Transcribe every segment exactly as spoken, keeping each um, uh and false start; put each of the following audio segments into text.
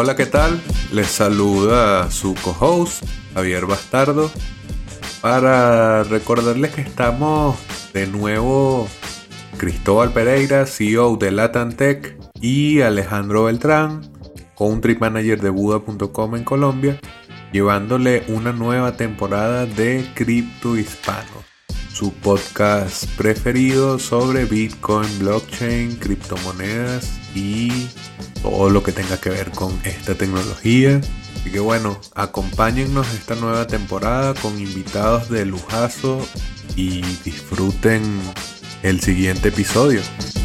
Hola, ¿qué tal? Les saluda su co-host, Javier Bastardo, para recordarles que estamos de nuevo Cristóbal Pereira, C E O de Latam Tech, y Alejandro Beltrán, Country Manager de Buda punto com en Colombia, llevándole una nueva temporada de Cripto Hispano, su podcast preferido sobre Bitcoin, blockchain, criptomonedas y todo lo que tenga que ver con esta tecnología. Así que bueno, acompáñennos esta nueva temporada con invitados de lujazo y disfruten el siguiente episodio.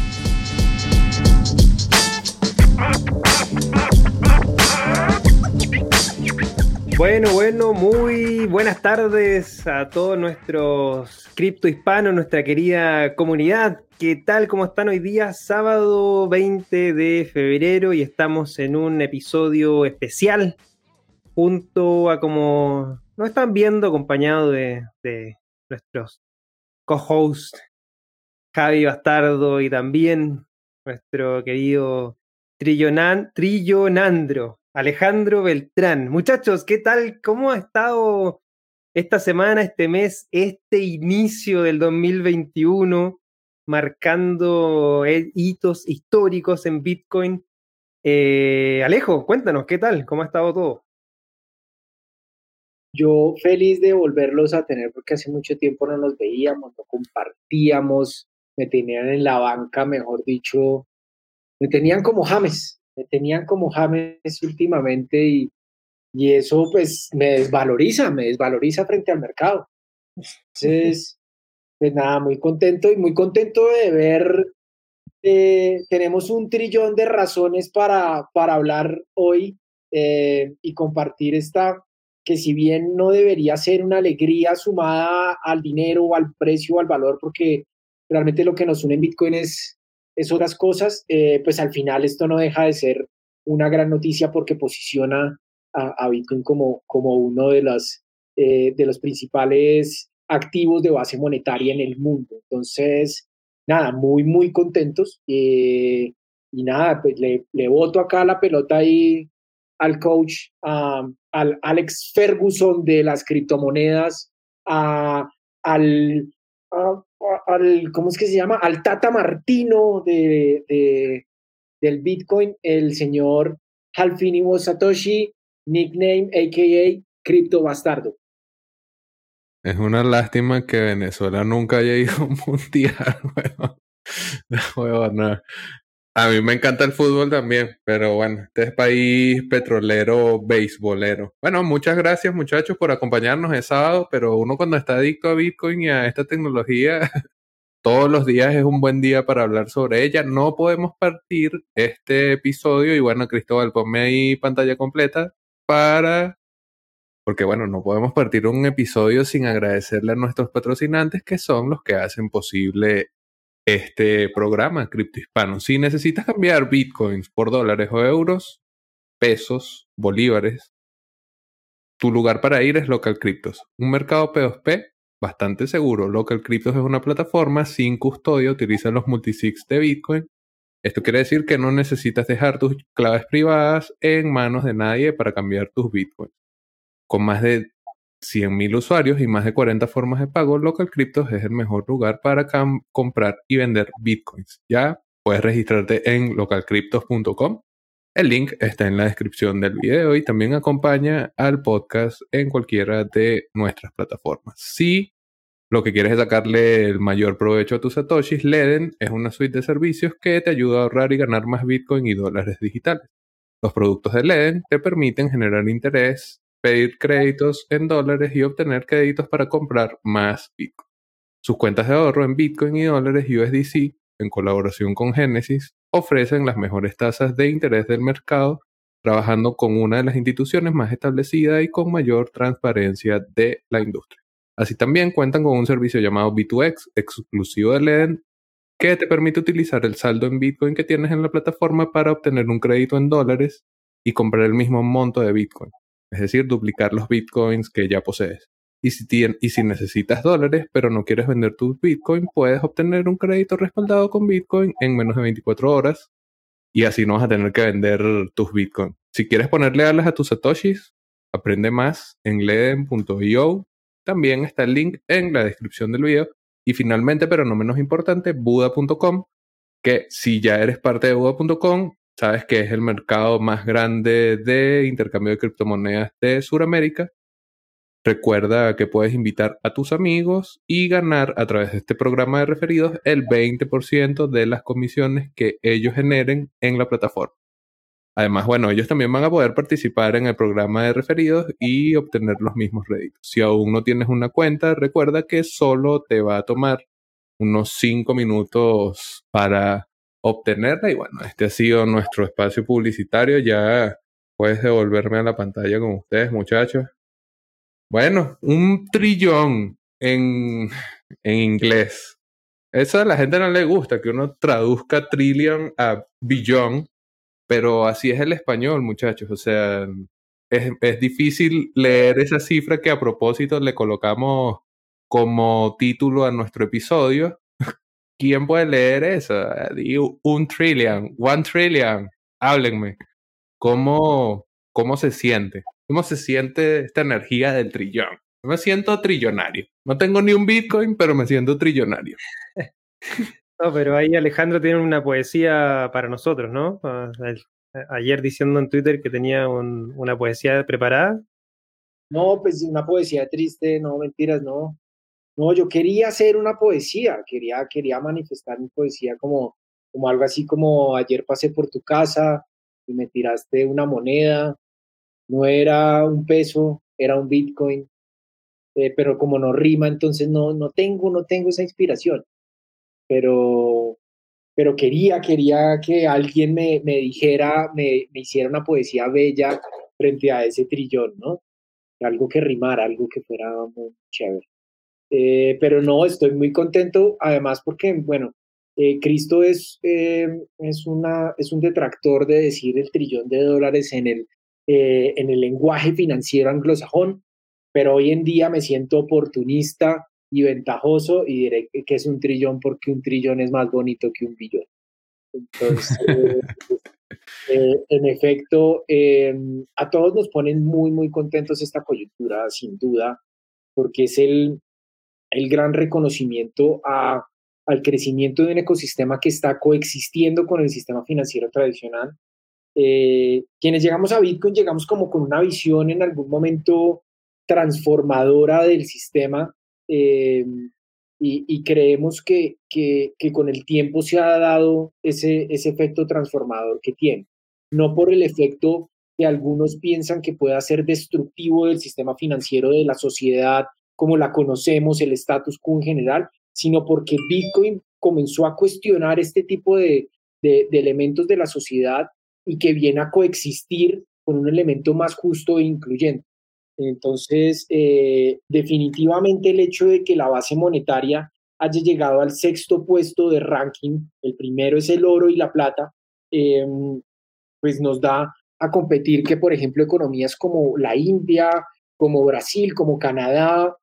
Bueno, bueno, muy buenas tardes a todos nuestros cripto hispanos, nuestra querida comunidad. ¿Qué tal? ¿Cómo están hoy día? Sábado veinte de febrero y estamos en un episodio especial junto a, como nos están viendo, acompañado de, de nuestros co-hosts Javi Bastardo y también nuestro querido Trillonan, Trillonandro, Alejandro Beltrán. Muchachos, ¿qué tal? ¿Cómo ha estado esta semana, este mes, este inicio del dos mil veintiuno, marcando hitos históricos en Bitcoin? Eh, Alejo, cuéntanos, ¿qué tal? ¿Cómo ha estado todo? Yo feliz de volverlos a tener porque hace mucho tiempo no nos veíamos, no compartíamos, me tenían en la banca, mejor dicho, me tenían como James, me tenían como James últimamente y, y eso pues me desvaloriza, me desvaloriza frente al mercado. Entonces, pues nada, muy contento y muy contento de ver, eh, tenemos un trillón de razones para, para hablar hoy eh, y compartir esta, que si bien no debería ser una alegría sumada al dinero o al precio o al valor, porque realmente lo que nos une en Bitcoin es, es otras cosas, eh, pues al final esto no deja de ser una gran noticia porque posiciona a, a Bitcoin como, como uno de, las, eh, de los principales activos de base monetaria en el mundo. Entonces, nada, muy, muy contentos. Eh, y nada, pues le, le boto acá la pelota ahí al coach, um, al Alex Ferguson de las criptomonedas, uh, al, uh, al, ¿cómo es que se llama? Al Tata Martino de, de, del Bitcoin, el señor Halfini Satoshi, nickname a k a. Cripto Bastardo. Es una lástima que Venezuela nunca haya ido a un mundial, weón. Weón, no. A mí me encanta el fútbol también, pero bueno, este es país petrolero, beisbolero. Bueno, muchas gracias muchachos por acompañarnos el sábado, pero uno cuando está adicto a Bitcoin y a esta tecnología, todos los días es un buen día para hablar sobre ella. No podemos partir este episodio y bueno, Cristóbal, ponme ahí pantalla completa para... Porque bueno, no podemos partir un episodio sin agradecerle a nuestros patrocinantes que son los que hacen posible este programa Cripto Hispano. Si necesitas cambiar bitcoins por dólares o euros, pesos, bolívares, tu lugar para ir es Local Cryptos, un mercado P dos P bastante seguro. Local Cryptos es una plataforma sin custodia, utiliza los multisigs de Bitcoin. Esto quiere decir que no necesitas dejar tus claves privadas en manos de nadie para cambiar tus bitcoins. Con más de cien mil usuarios y más de cuarenta formas de pago, Local Cryptos es el mejor lugar para cam- comprar y vender bitcoins. Ya puedes registrarte en local cryptos punto com. El link está en la descripción del video y también acompaña al podcast en cualquiera de nuestras plataformas. Si lo que quieres es sacarle el mayor provecho a tus satoshis, Leden es una suite de servicios que te ayuda a ahorrar y ganar más bitcoin y dólares digitales. Los productos de Leden te permiten generar interés, pedir créditos en dólares y obtener créditos para comprar más Bitcoin. Sus cuentas de ahorro en Bitcoin y dólares U S D C, en colaboración con Genesis, ofrecen las mejores tasas de interés del mercado, trabajando con una de las instituciones más establecidas y con mayor transparencia de la industria. Así también cuentan con un servicio llamado B dos X, exclusivo de Leden, que te permite utilizar el saldo en Bitcoin que tienes en la plataforma para obtener un crédito en dólares y comprar el mismo monto de Bitcoin. Es decir, duplicar los bitcoins que ya posees. Y si, tien- y si necesitas dólares, pero no quieres vender tus bitcoin, puedes obtener un crédito respaldado con bitcoin en menos de veinticuatro horas y así no vas a tener que vender tus bitcoin. Si quieres ponerle alas a tus satoshis, aprende más en leden punto io. También está el link en la descripción del video. Y finalmente, pero no menos importante, buda punto com, que si ya eres parte de buda punto com, sabes que es el mercado más grande de intercambio de criptomonedas de Sudamérica. Recuerda que puedes invitar a tus amigos y ganar a través de este programa de referidos el veinte por ciento de las comisiones que ellos generen en la plataforma. Además, bueno, ellos también van a poder participar en el programa de referidos y obtener los mismos réditos. Si aún no tienes una cuenta, recuerda que solo te va a tomar unos cinco minutos para obtenerla. Y bueno, este ha sido nuestro espacio publicitario. Ya puedes devolverme a la pantalla con ustedes, muchachos. Bueno, un trillón en, en inglés. Eso a la gente no le gusta, que uno traduzca trillion a billón. Pero así es el español, muchachos. O sea, es, es difícil leer esa cifra que a propósito le colocamos como título a nuestro episodio. ¿Quién puede leer eso? Digo, un trillion, one trillion. Háblenme. ¿Cómo, cómo se siente? ¿Cómo se siente esta energía del trillón? Yo me siento trillonario. No tengo ni un Bitcoin, pero me siento trillonario. No, pero ahí Alejandro tiene una poesía para nosotros, ¿no? A- a- Ayer diciendo en Twitter que tenía un- una poesía preparada. No, pues una poesía triste, no, mentiras, no. No, yo quería hacer una poesía, quería, quería manifestar mi poesía como, como algo así como ayer pasé por tu casa y me tiraste una moneda, no era un peso, era un Bitcoin, eh, pero como no rima, entonces no, no tengo, no tengo esa inspiración, pero, pero quería, quería que alguien me, me dijera, me, me hiciera una poesía bella frente a ese trillón, ¿no? Algo que rimara, algo que fuera muy chévere. Eh, pero no, estoy muy contento, además porque, bueno, eh, Cristo es, eh, es, una, es un detractor de decir el trillón de dólares en el, eh, en el lenguaje financiero anglosajón, pero hoy en día me siento oportunista y ventajoso y diré que, que es un trillón porque un trillón es más bonito que un billón. Entonces, eh, en efecto, eh, a todos nos ponen muy, muy contentos esta coyuntura, sin duda, porque es el, el gran reconocimiento a, al crecimiento de un ecosistema que está coexistiendo con el sistema financiero tradicional. Eh, quienes llegamos a Bitcoin llegamos como con una visión en algún momento transformadora del sistema eh, y, y, creemos que, que, que, con el tiempo se ha dado ese, ese efecto transformador que tiene. No por el efecto que algunos piensan que pueda ser destructivo del sistema financiero de la sociedad como la conocemos, el status quo en general, sino porque Bitcoin comenzó a cuestionar este tipo de, de, de elementos de la sociedad y que viene a coexistir con un elemento más justo e incluyente. Entonces, eh, definitivamente el hecho de que la base monetaria haya llegado al sexto puesto de ranking, el primero es el oro y la plata, eh, pues nos da a competir que, por ejemplo, economías como la India, como Brasil, como Canadá,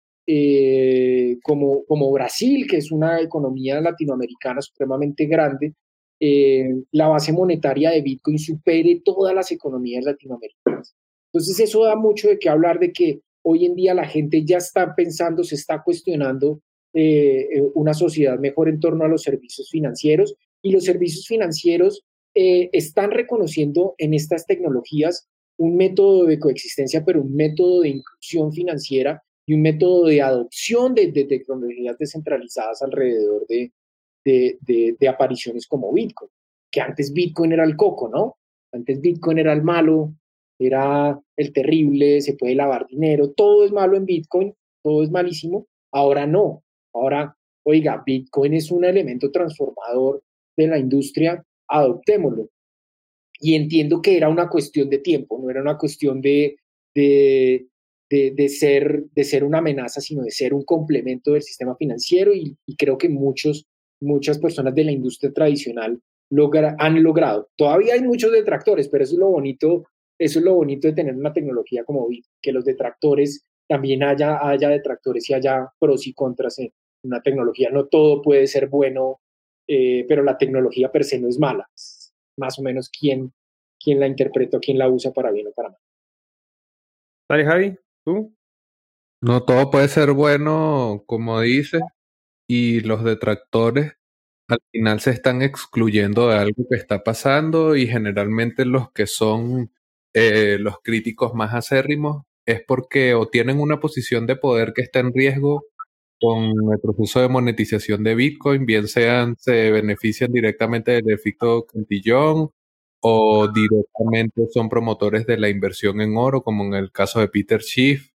eh, como, como Brasil, que es una economía latinoamericana supremamente grande, eh, la base monetaria de Bitcoin supere todas las economías latinoamericanas. Entonces eso da mucho de qué hablar de que hoy en día la gente ya está pensando, se está cuestionando eh, una sociedad mejor en torno a los servicios financieros y los servicios financieros eh, están reconociendo en estas tecnologías un método de coexistencia, pero un método de inclusión financiera y un método de adopción de, de tecnologías descentralizadas alrededor de, de, de, de apariciones como Bitcoin, que antes Bitcoin era el coco, ¿no? Antes Bitcoin era el malo, era el terrible, se puede lavar dinero, todo es malo en Bitcoin, todo es malísimo. Ahora no, ahora, oiga, Bitcoin es un elemento transformador de la industria, adoptémoslo. Y entiendo que era una cuestión de tiempo, no era una cuestión de, de, de, de, ser, de ser una amenaza, sino de ser un complemento del sistema financiero y, y creo que muchos, muchas personas de la industria tradicional logra, han logrado. Todavía hay muchos detractores, pero eso es lo bonito, eso es lo bonito de tener una tecnología como Bitcoin, que los detractores también haya, haya detractores y haya pros y contras en una tecnología. No todo puede ser bueno, eh, pero la tecnología per se no es mala. Más o menos quién, quién la interpreta, quién la usa para bien o para mal. Dale, Javi, ¿tú? No todo puede ser bueno, como dices, y los detractores al final se están excluyendo de algo que está pasando y generalmente los que son eh, los críticos más acérrimos es porque o tienen una posición de poder que está en riesgo con el proceso de monetización de Bitcoin, bien sean se benefician directamente del efecto cantillón o directamente son promotores de la inversión en oro, como en el caso de Peter Schiff.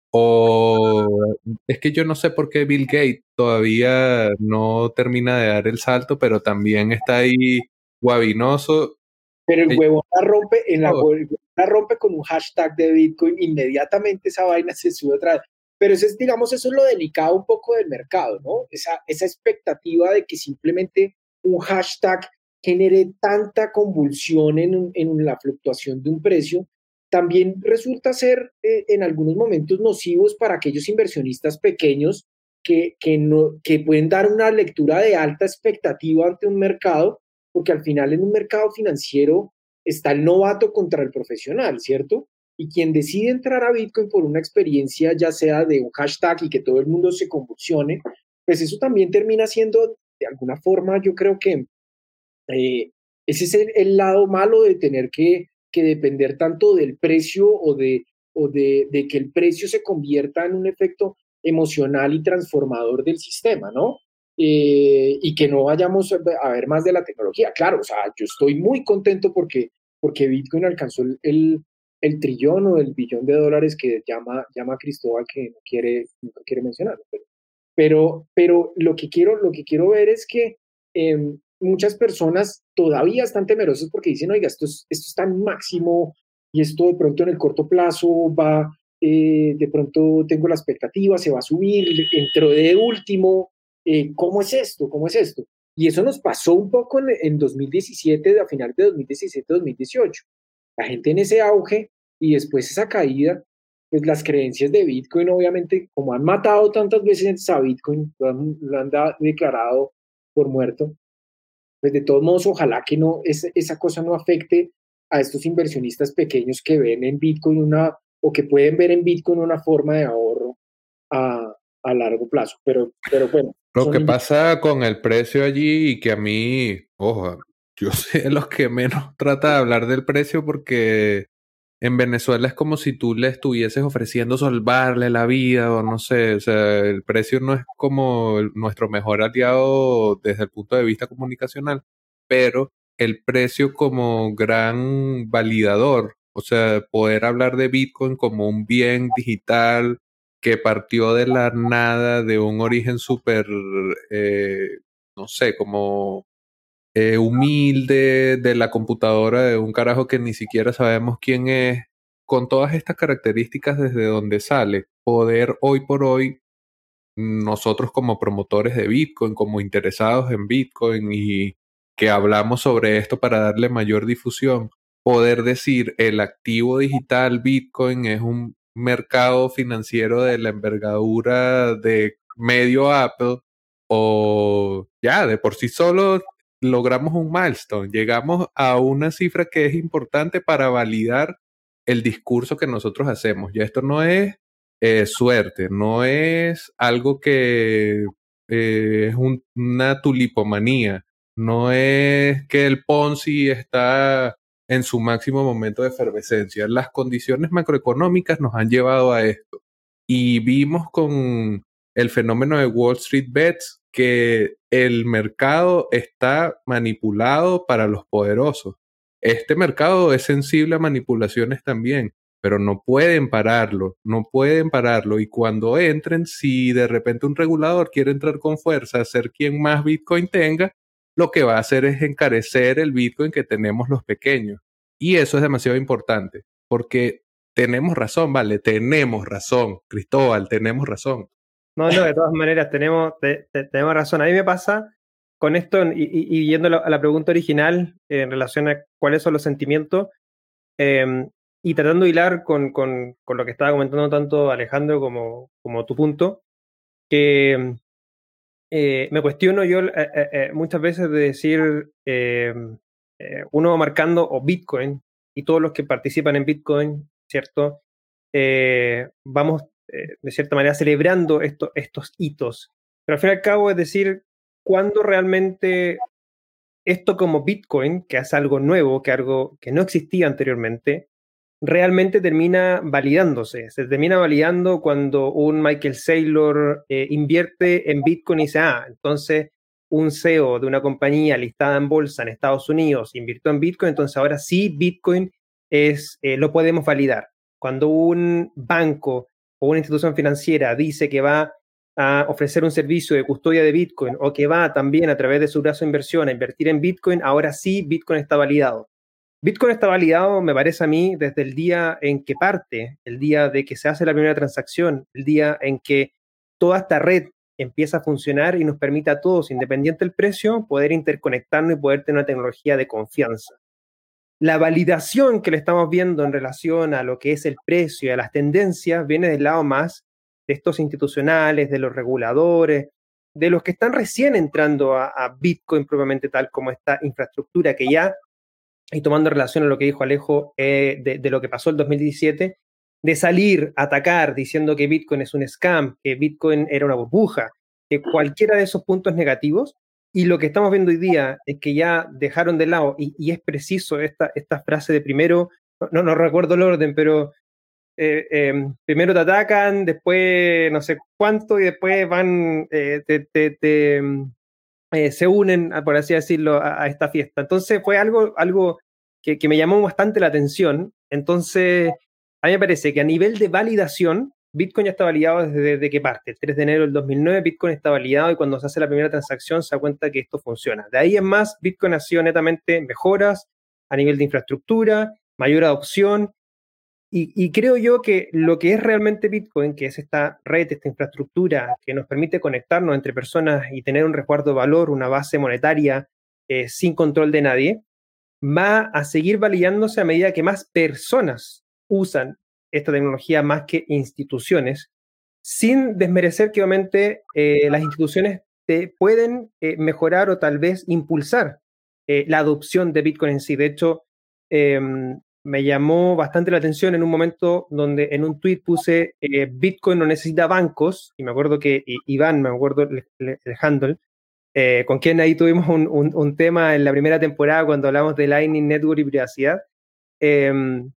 O es que yo no sé por qué Bill Gates todavía no termina de dar el salto, pero también está ahí guabinoso. Pero el Eh, huevón la rompe, en la, oh, la rompe con un hashtag de Bitcoin, inmediatamente esa vaina se sube otra vez. Pero eso es, digamos, eso es lo delicado un poco del mercado, ¿no? Esa, esa expectativa de que simplemente un hashtag genere tanta convulsión en, en la fluctuación de un precio, también resulta ser eh, en algunos momentos nocivos para aquellos inversionistas pequeños que, que, no, que pueden dar una lectura de alta expectativa ante un mercado, porque al final en un mercado financiero está el novato contra el profesional, ¿cierto? Y quien decide entrar a Bitcoin por una experiencia, ya sea de un hashtag y que todo el mundo se convulsione, pues eso también termina siendo, de alguna forma, yo creo que eh, ese es el, el, lado malo de tener que, que depender tanto del precio o, de, o de, de que el precio se convierta en un efecto emocional y transformador del sistema, ¿no? Eh, y que no vayamos a ver más de la tecnología. Claro, o sea, yo estoy muy contento porque, porque Bitcoin alcanzó el, el, el trillón o el billón de dólares que llama, llama Cristóbal, que no quiere, no quiere mencionarlo. Pero, pero, pero lo, que quiero, lo que quiero ver es que eh, muchas personas todavía están temerosas porque dicen, oiga, esto es, esto es tan máximo y esto de pronto en el corto plazo va, eh, de pronto tengo la expectativa, se va a subir, entró de último, eh, ¿cómo es esto? ¿Cómo es esto? Y eso nos pasó un poco en, en dos mil diecisiete, a finales de dos mil diecisiete, dos mil dieciocho. La gente en ese auge y después esa caída, pues las creencias de Bitcoin, obviamente, como han matado tantas veces a Bitcoin, lo han, lo han da, declarado por muerto, pues de todos modos, ojalá que no, es, esa cosa no afecte a estos inversionistas pequeños que ven en Bitcoin una, o que pueden ver en Bitcoin una forma de ahorro a, a largo plazo. Pero, pero bueno. Lo que pasa con el precio allí y que a mí, ojo, yo sé de los que menos trata de hablar del precio porque en Venezuela es como si tú le estuvieses ofreciendo salvarle la vida o no sé, o sea, el precio no es como el- nuestro mejor aliado desde el punto de vista comunicacional, pero el precio como gran validador, o sea, poder hablar de Bitcoin como un bien digital que partió de la nada, de un origen súper, eh, no sé, como eh, humilde, de la computadora de un carajo que ni siquiera sabemos quién es, con todas estas características desde donde sale, poder hoy por hoy, nosotros como promotores de Bitcoin, como interesados en Bitcoin y que hablamos sobre esto para darle mayor difusión, poder decir el activo digital Bitcoin es un mercado financiero de la envergadura de medio Apple o ya de por sí solo logramos un milestone, llegamos a una cifra que es importante para validar el discurso que nosotros hacemos. Ya esto no es eh, suerte, no es algo que eh, es un, una tulipomanía, no es que el Ponzi está en su máximo momento de efervescencia. Las condiciones macroeconómicas nos han llevado a esto. Y vimos con el fenómeno de Wall Street Bets que el mercado está manipulado para los poderosos. Este mercado es sensible a manipulaciones también, pero no pueden pararlo, no pueden pararlo. Y cuando entren, si de repente un regulador quiere entrar con fuerza a ser quien más Bitcoin tenga, lo que va a hacer es encarecer el Bitcoin que tenemos los pequeños. Y eso es demasiado importante, porque tenemos razón, vale, tenemos razón, Cristóbal, tenemos razón. No, no, de todas maneras, tenemos, te, te, tenemos razón. A mí me pasa con esto, y, y, y yendo a la pregunta original eh, en relación a cuáles son los sentimientos, eh, y tratando de hilar con, con, con lo que estaba comentando tanto Alejandro como, como tu punto, que eh, me cuestiono yo eh, eh, muchas veces de decir, eh, eh, uno marcando, o Bitcoin, y todos los que participan en Bitcoin, ¿cierto? Eh, vamos, eh, de cierta manera, celebrando esto, estos hitos. Pero al fin y al cabo, es decir, ¿cuándo realmente esto como Bitcoin, que es algo nuevo, que algo que no existía anteriormente, realmente termina validándose? Se termina validando cuando un Michael Saylor eh, invierte en Bitcoin y dice, ah, entonces un C E O de una compañía listada en bolsa en Estados Unidos invirtió en Bitcoin, entonces ahora sí Bitcoin es, eh, lo podemos validar. Cuando un banco o una institución financiera dice que va a ofrecer un servicio de custodia de Bitcoin o que va también a través de su brazo de inversión a invertir en Bitcoin, ahora sí Bitcoin está validado. Bitcoin está validado, me parece a mí, desde el día en que parte, el día de que se hace la primera transacción, el día en que toda esta red empieza a funcionar y nos permite a todos, independiente del precio, poder interconectarnos y poder tener una tecnología de confianza. La validación que le estamos viendo en relación a lo que es el precio y a las tendencias viene del lado más de estos institucionales, de los reguladores, de los que están recién entrando a, a Bitcoin propiamente tal como esta infraestructura que ya, y tomando relación a lo que dijo Alejo eh, de, de lo que pasó el dos mil diecisiete, de salir a atacar diciendo que Bitcoin es un scam, que Bitcoin era una burbuja, que cualquiera de esos puntos negativos. Y lo que estamos viendo hoy día es que ya dejaron de lado, y, y es preciso esta, esta frase de primero, no, no recuerdo el orden, pero eh, eh, primero te atacan, después no sé cuánto, y después van, eh, te, te, te eh, se unen, por así decirlo, a, a esta fiesta. Entonces fue algo, algo que, que me llamó bastante la atención. Entonces, a mí me parece que a nivel de validación, Bitcoin ya está validado desde, desde que parte. El tres de enero del dos mil nueve, Bitcoin está validado y cuando se hace la primera transacción se da cuenta que esto funciona. De ahí en más, Bitcoin ha sido netamente mejoras a nivel de infraestructura, mayor adopción. Y, y creo yo que lo que es realmente Bitcoin, que es esta red, esta infraestructura que nos permite conectarnos entre personas y tener un resguardo de valor, una base monetaria eh, sin control de nadie, va a seguir validándose a medida que más personas usan esta tecnología más que instituciones, sin desmerecer que obviamente eh, las instituciones te pueden eh, mejorar o tal vez impulsar eh, la adopción de Bitcoin en sí. De hecho, eh, me llamó bastante la atención en un momento donde en un tweet puse eh, Bitcoin no necesita bancos, y me acuerdo que y, Iván, me acuerdo el, el, el handle, eh, con quien ahí tuvimos un, un, un tema en la primera temporada cuando hablamos de Lightning Network y privacidad, eh,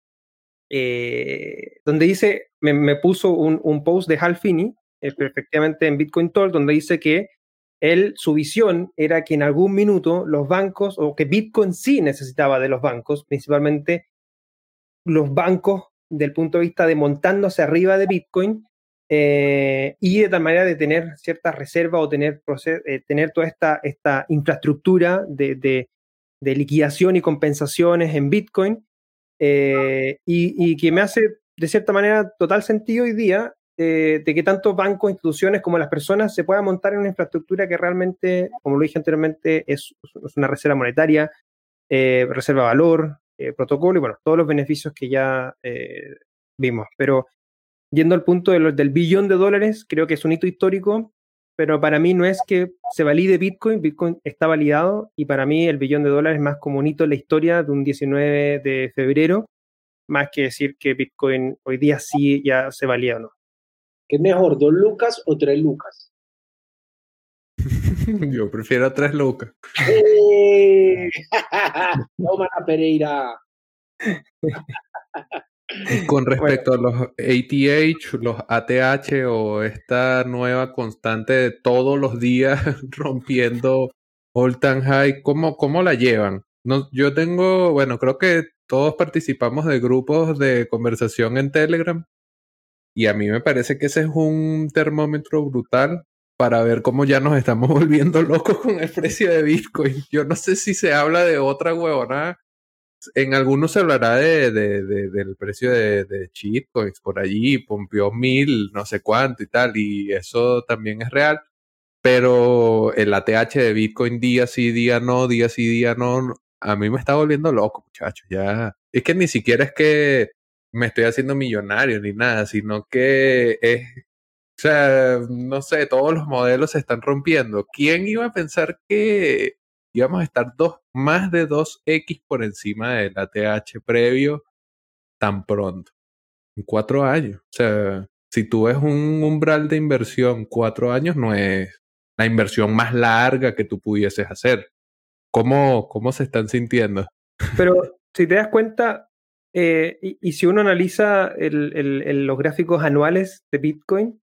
eh, donde dice, me, me puso un, un post de Hal Finney, eh, efectivamente en Bitcoin Talk, donde dice que él, su visión era que en algún minuto los bancos, o que Bitcoin sí necesitaba de los bancos, principalmente los bancos del punto de vista de montándose arriba de Bitcoin eh, y de tal manera de tener ciertas reservas o tener, eh, tener toda esta, esta infraestructura de, de, de liquidación y compensaciones en Bitcoin eh, y, y que me hace de cierta manera total sentido hoy día eh, de que tanto bancos, instituciones como las personas se puedan montar en una infraestructura que realmente, como lo dije anteriormente, es, es una reserva monetaria, eh, reserva de valor, eh, protocolo y bueno, todos los beneficios que ya eh, vimos. Pero yendo al punto de lo, del billón de dólares, creo que es un hito histórico, pero para mí no es que se valide Bitcoin, Bitcoin está validado y para mí el billón de dólares es más como un hito en la historia de un diecinueve de febrero, más que decir que Bitcoin hoy día sí ya se valida o no. ¿Qué es mejor, dos lucas o tres lucas? Yo prefiero tres lucas. ¡Eh! Toma la Pereira. Con respecto bueno. a los A T H, los A T H o esta nueva constante de todos los días rompiendo all time high, ¿cómo, cómo la llevan? No, yo tengo, bueno, creo que todos participamos de grupos de conversación en Telegram y a mí me parece que ese es un termómetro brutal para ver cómo ya nos estamos volviendo locos con el precio de Bitcoin. Yo no sé si se habla de otra huevonada. En algunos se hablará de, de, de, del precio de, de shitcoins por allí, pompeó mil, no sé cuánto y tal, y eso también es real. Pero el A T H de Bitcoin día sí, día no, día sí, día no, a mí me está volviendo loco, muchachos. Ya es que ni siquiera es que me estoy haciendo millonario ni nada, sino que es, o sea, no sé, todos los modelos se están rompiendo. ¿Quién iba a pensar que íbamos a estar dos, más de dos equis por encima del A T H previo tan pronto, en cuatro años. O sea, si tú ves un umbral de inversión, cuatro años no es la inversión más larga que tú pudieses hacer. ¿Cómo, cómo se están sintiendo? Pero si te das cuenta, eh, y, y si uno analiza el, el, el, los gráficos anuales de Bitcoin,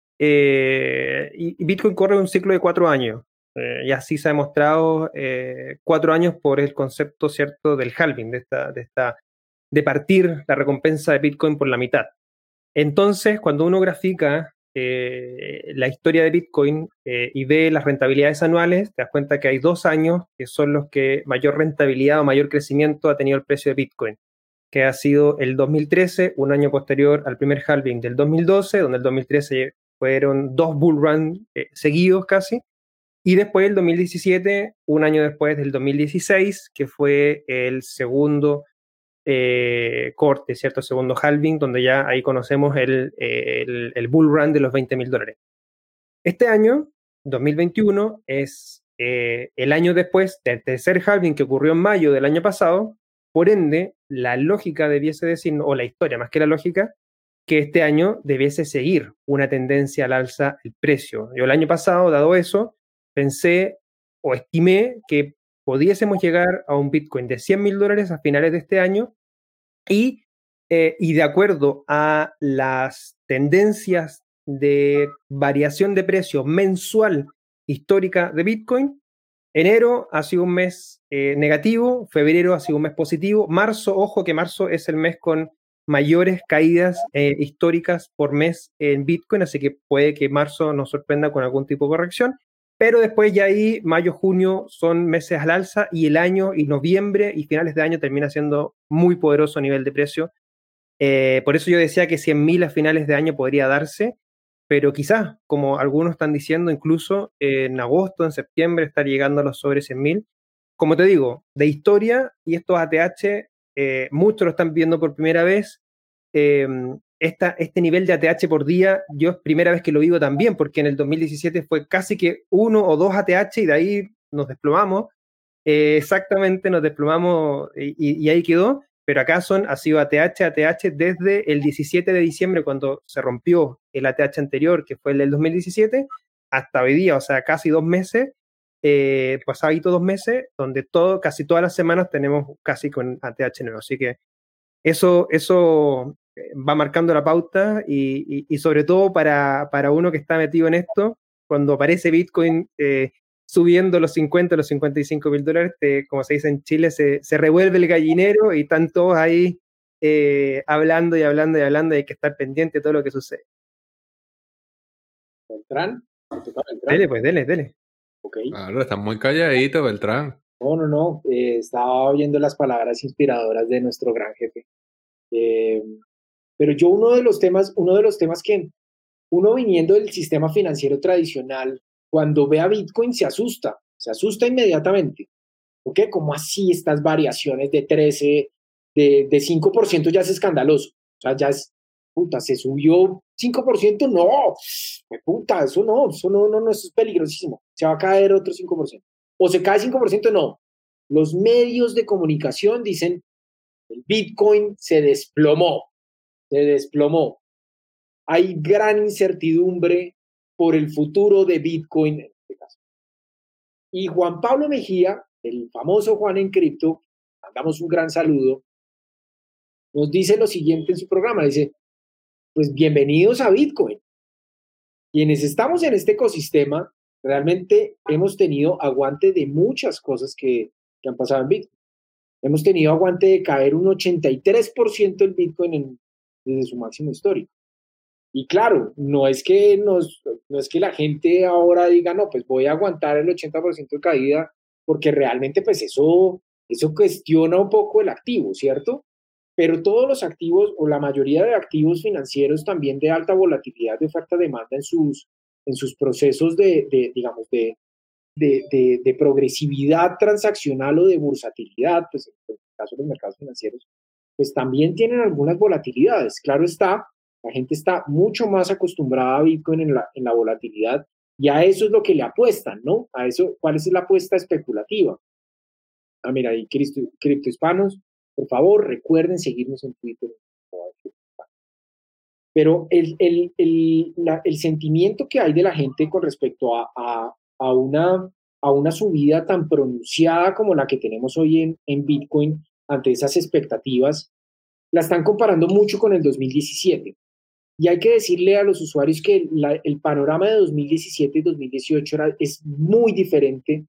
eh, y, y Bitcoin corre un ciclo de cuatro años, eh, y así se ha demostrado eh, cuatro años por el concepto, ¿cierto?, del halving, de esta, de esta, de partir la recompensa de Bitcoin por la mitad. Entonces, cuando uno grafica eh, la historia de Bitcoin eh, y ve las rentabilidades anuales, te das cuenta que hay dos años que son los que mayor rentabilidad o mayor crecimiento ha tenido el precio de Bitcoin, que ha sido el dos mil trece, un año posterior al primer halving del dos mil doce, donde el dos mil trece fueron dos bull run eh, seguidos casi, y después el dos mil diecisiete, un año después del dos mil dieciséis, que fue el segundo Eh, corte, ¿cierto? Segundo halving, donde ya ahí conocemos el, el, el bull run de los veinte mil dólares. Este año, dos mil veintiuno, es eh, el año después del tercer halving que ocurrió en mayo del año pasado. Por ende, la lógica debiese decir, o la historia más que la lógica, que este año debiese seguir una tendencia al alza el precio. Yo el año pasado, dado eso, pensé o estimé que pudiésemos llegar a un Bitcoin de cien mil dólares a finales de este año y, eh, y de acuerdo a las tendencias de variación de precio mensual histórica de Bitcoin, enero ha sido un mes eh, negativo, febrero ha sido un mes positivo, marzo, ojo que marzo es el mes con mayores caídas eh, históricas por mes en Bitcoin, así que puede que marzo nos sorprenda con algún tipo de corrección, pero después ya ahí mayo, junio son meses al alza y el año y noviembre y finales de año termina siendo muy poderoso a nivel de precio. Eh, por eso yo decía que cien mil a finales de año podría darse, pero quizás, como algunos están diciendo, incluso en agosto, en septiembre, estar llegando a los sobre cien mil. Como te digo, de historia, y estos A T H, eh, muchos lo están viendo por primera vez. Eh, esta, este nivel de A T H por día, yo es primera vez que lo vivo también, porque en el dos mil diecisiete fue casi que uno o dos A T H y de ahí nos desplomamos. Eh, exactamente, nos desplomamos y, y ahí quedó. Pero acá son, ha sido A T H, A T H desde el diecisiete de diciembre, cuando se rompió el A T H anterior, que fue el del dos mil diecisiete, hasta hoy día, o sea, casi dos meses, eh, pasadito dos meses, donde todo, casi todas las semanas tenemos casi con A T H nuevo. Así que eso, eso va marcando la pauta y, y, y sobre todo para, para uno que está metido en esto, cuando aparece Bitcoin eh, subiendo los cincuenta, los cincuenta y cinco mil dólares, te, como se dice en Chile, se, se revuelve el gallinero y están todos ahí eh, hablando y hablando y hablando y hay que estar pendiente de todo lo que sucede. ¿Beltrán? ¿Me toca Beltrán? Dele, pues, dele, dele. Ok. Claro, está muy calladito, Beltrán. No, no, no. Eh, estaba oyendo las palabras inspiradoras de nuestro gran jefe. Eh, pero yo uno de los temas, uno de los temas que uno viniendo del sistema financiero tradicional, cuando ve a Bitcoin se asusta, se asusta inmediatamente. ¿Por qué? ¿Cómo así estas variaciones de trece, de, de cinco por ciento ya es escandaloso? O sea, ya es, puta, se subió cinco por ciento, no, puta, eso no, eso no, no, no, eso es peligrosísimo. Se va a caer otro cinco por ciento. O se cae cinco por ciento, no. Los medios de comunicación dicen, el Bitcoin se desplomó, se desplomó. Hay gran incertidumbre por el futuro de Bitcoin en este caso. Y Juan Pablo Mejía, el famoso Juan en Cripto, mandamos un gran saludo, nos dice lo siguiente en su programa, dice, pues bienvenidos a Bitcoin. Quienes estamos en este ecosistema, realmente hemos tenido aguante de muchas cosas que, que han pasado en Bitcoin. Hemos tenido aguante de caer un ochenta y tres por ciento el Bitcoin en, desde su máximo histórico. Y claro, no es que nos, no es que la gente ahora diga, no, pues voy a aguantar el ochenta por ciento de caída, porque realmente pues eso, eso cuestiona un poco el activo, ¿cierto? Pero todos los activos, o la mayoría de activos financieros también de alta volatilidad de oferta-demanda en sus, en sus procesos de, de digamos, de, de, de, de progresividad transaccional o de bursatilidad, pues en el caso de los mercados financieros, pues también tienen algunas volatilidades. Claro está, la gente está mucho más acostumbrada a Bitcoin en la, en la volatilidad Y a eso es lo que le apuestan, ¿no? A eso, ¿cuál es la apuesta especulativa? Ah, mira, ahí cripto, criptohispanos, por favor, recuerden seguirnos en Twitter. Pero el, el, el, la, el sentimiento que hay de la gente con respecto a, a, a, una, a una subida tan pronunciada como la que tenemos hoy en, en Bitcoin ante esas expectativas, la están comparando mucho con el dos mil diecisiete. Y hay que decirle a los usuarios que la, el panorama de dos mil diecisiete y dos mil dieciocho era, es muy diferente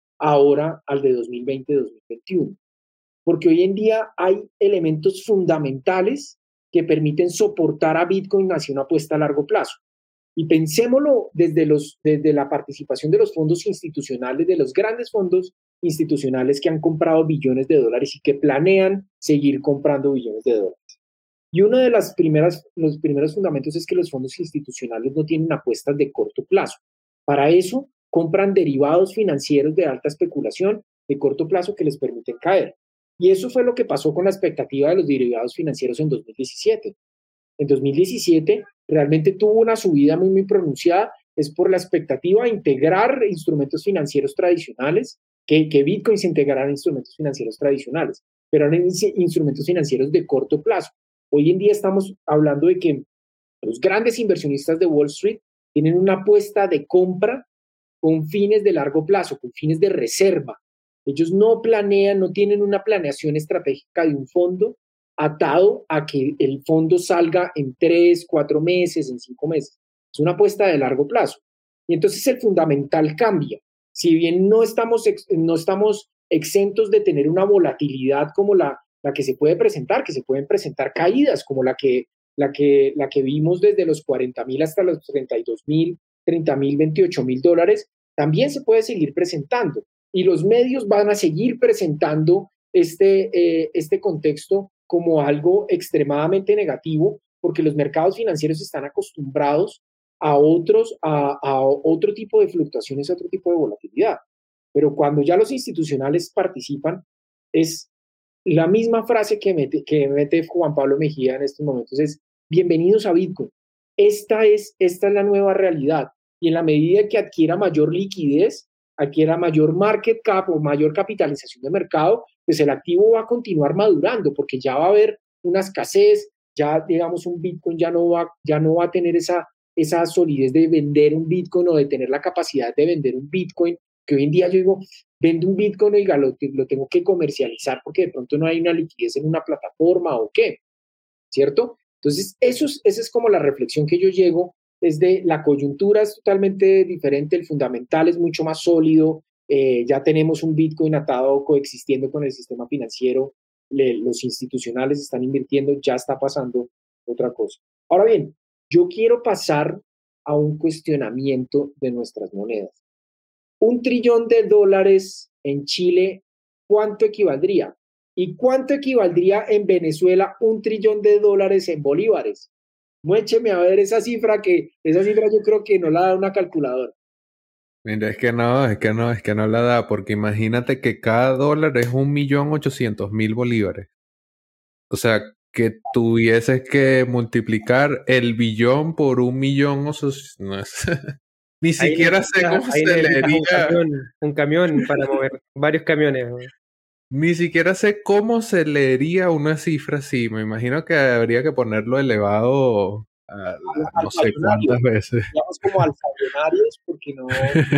ahora al de dos mil veinte y dos mil veintiuno. Porque hoy en día hay elementos fundamentales que permiten soportar a Bitcoin hacia una apuesta a largo plazo. Y pensémoslo desde, los, desde la participación de los fondos institucionales, de los grandes fondos institucionales que han comprado billones de dólares y que planean seguir comprando billones de dólares. Y uno de las primeras, los primeros fundamentos es que los fondos institucionales no tienen apuestas de corto plazo. Para eso, compran derivados financieros de alta especulación de corto plazo que les permiten caer. Y eso fue lo que pasó con la expectativa de los derivados financieros en dos mil diecisiete. En dos mil diecisiete realmente tuvo una subida muy, muy pronunciada, es por la expectativa de integrar instrumentos financieros tradicionales, que, que Bitcoin se integrara en instrumentos financieros tradicionales, pero eran instrumentos financieros de corto plazo. Hoy en día estamos hablando de que los grandes inversionistas de Wall Street tienen una apuesta de compra con fines de largo plazo, con fines de reserva. Ellos no planean, no tienen una planeación estratégica de un fondo atado a que el fondo salga en tres, cuatro meses, en cinco meses. Es una apuesta de largo plazo. Y entonces el fundamental cambia. Si bien no estamos, no estamos exentos de tener una volatilidad como la, la que se puede presentar, que se pueden presentar caídas como la que, la que, la que vimos desde los cuarenta mil hasta los treinta y dos mil, treinta mil, veintiocho mil dólares, también se puede seguir presentando. Y los medios van a seguir presentando este, eh, este contexto como algo extremadamente negativo, porque los mercados financieros están acostumbrados a, otros, a, a otro tipo de fluctuaciones, a otro tipo de volatilidad. Pero cuando ya los institucionales participan, es la misma frase que mete, que mete Juan Pablo Mejía en estos momentos, es bienvenidos a Bitcoin. Esta es, esta es la nueva realidad. Y en la medida que adquiera mayor liquidez, adquiera mayor market cap o mayor capitalización de mercado, pues el activo va a continuar madurando porque ya va a haber una escasez, ya digamos un Bitcoin ya no va, ya no va a tener esa, esa solidez de vender un Bitcoin o de tener la capacidad de vender un Bitcoin, que hoy en día yo digo, vendo un Bitcoin, oiga, lo, lo tengo que comercializar porque de pronto no hay una liquidez en una plataforma o qué, ¿cierto? Entonces, eso es, esa es como la reflexión que yo llego. Es de la coyuntura es totalmente diferente, el fundamental es mucho más sólido, eh, ya tenemos un Bitcoin atado coexistiendo con el sistema financiero, le, los institucionales están invirtiendo, ya está pasando otra cosa. Ahora bien, yo quiero pasar a un cuestionamiento de nuestras monedas. Un trillón de dólares en Chile, ¿cuánto equivaldría? ¿Y cuánto equivaldría en Venezuela un trillón de dólares en bolívares? Muécheme a ver esa cifra que, esa cifra yo creo que no la da una calculadora. Mira, es que no, es que no, es que no la da, porque imagínate que cada dólar es un millón ochocientos mil bolívares. O sea, que tuvieses que multiplicar el billón por un millón, o sea, no es, ni siquiera sé cómo se leería. Un camión, un camión para mover varios camiones, ¿no? Ni siquiera sé cómo se leería una cifra así. Me imagino que habría que ponerlo elevado a, a no sé cuántas veces. Digamos como alfabionarios, porque no,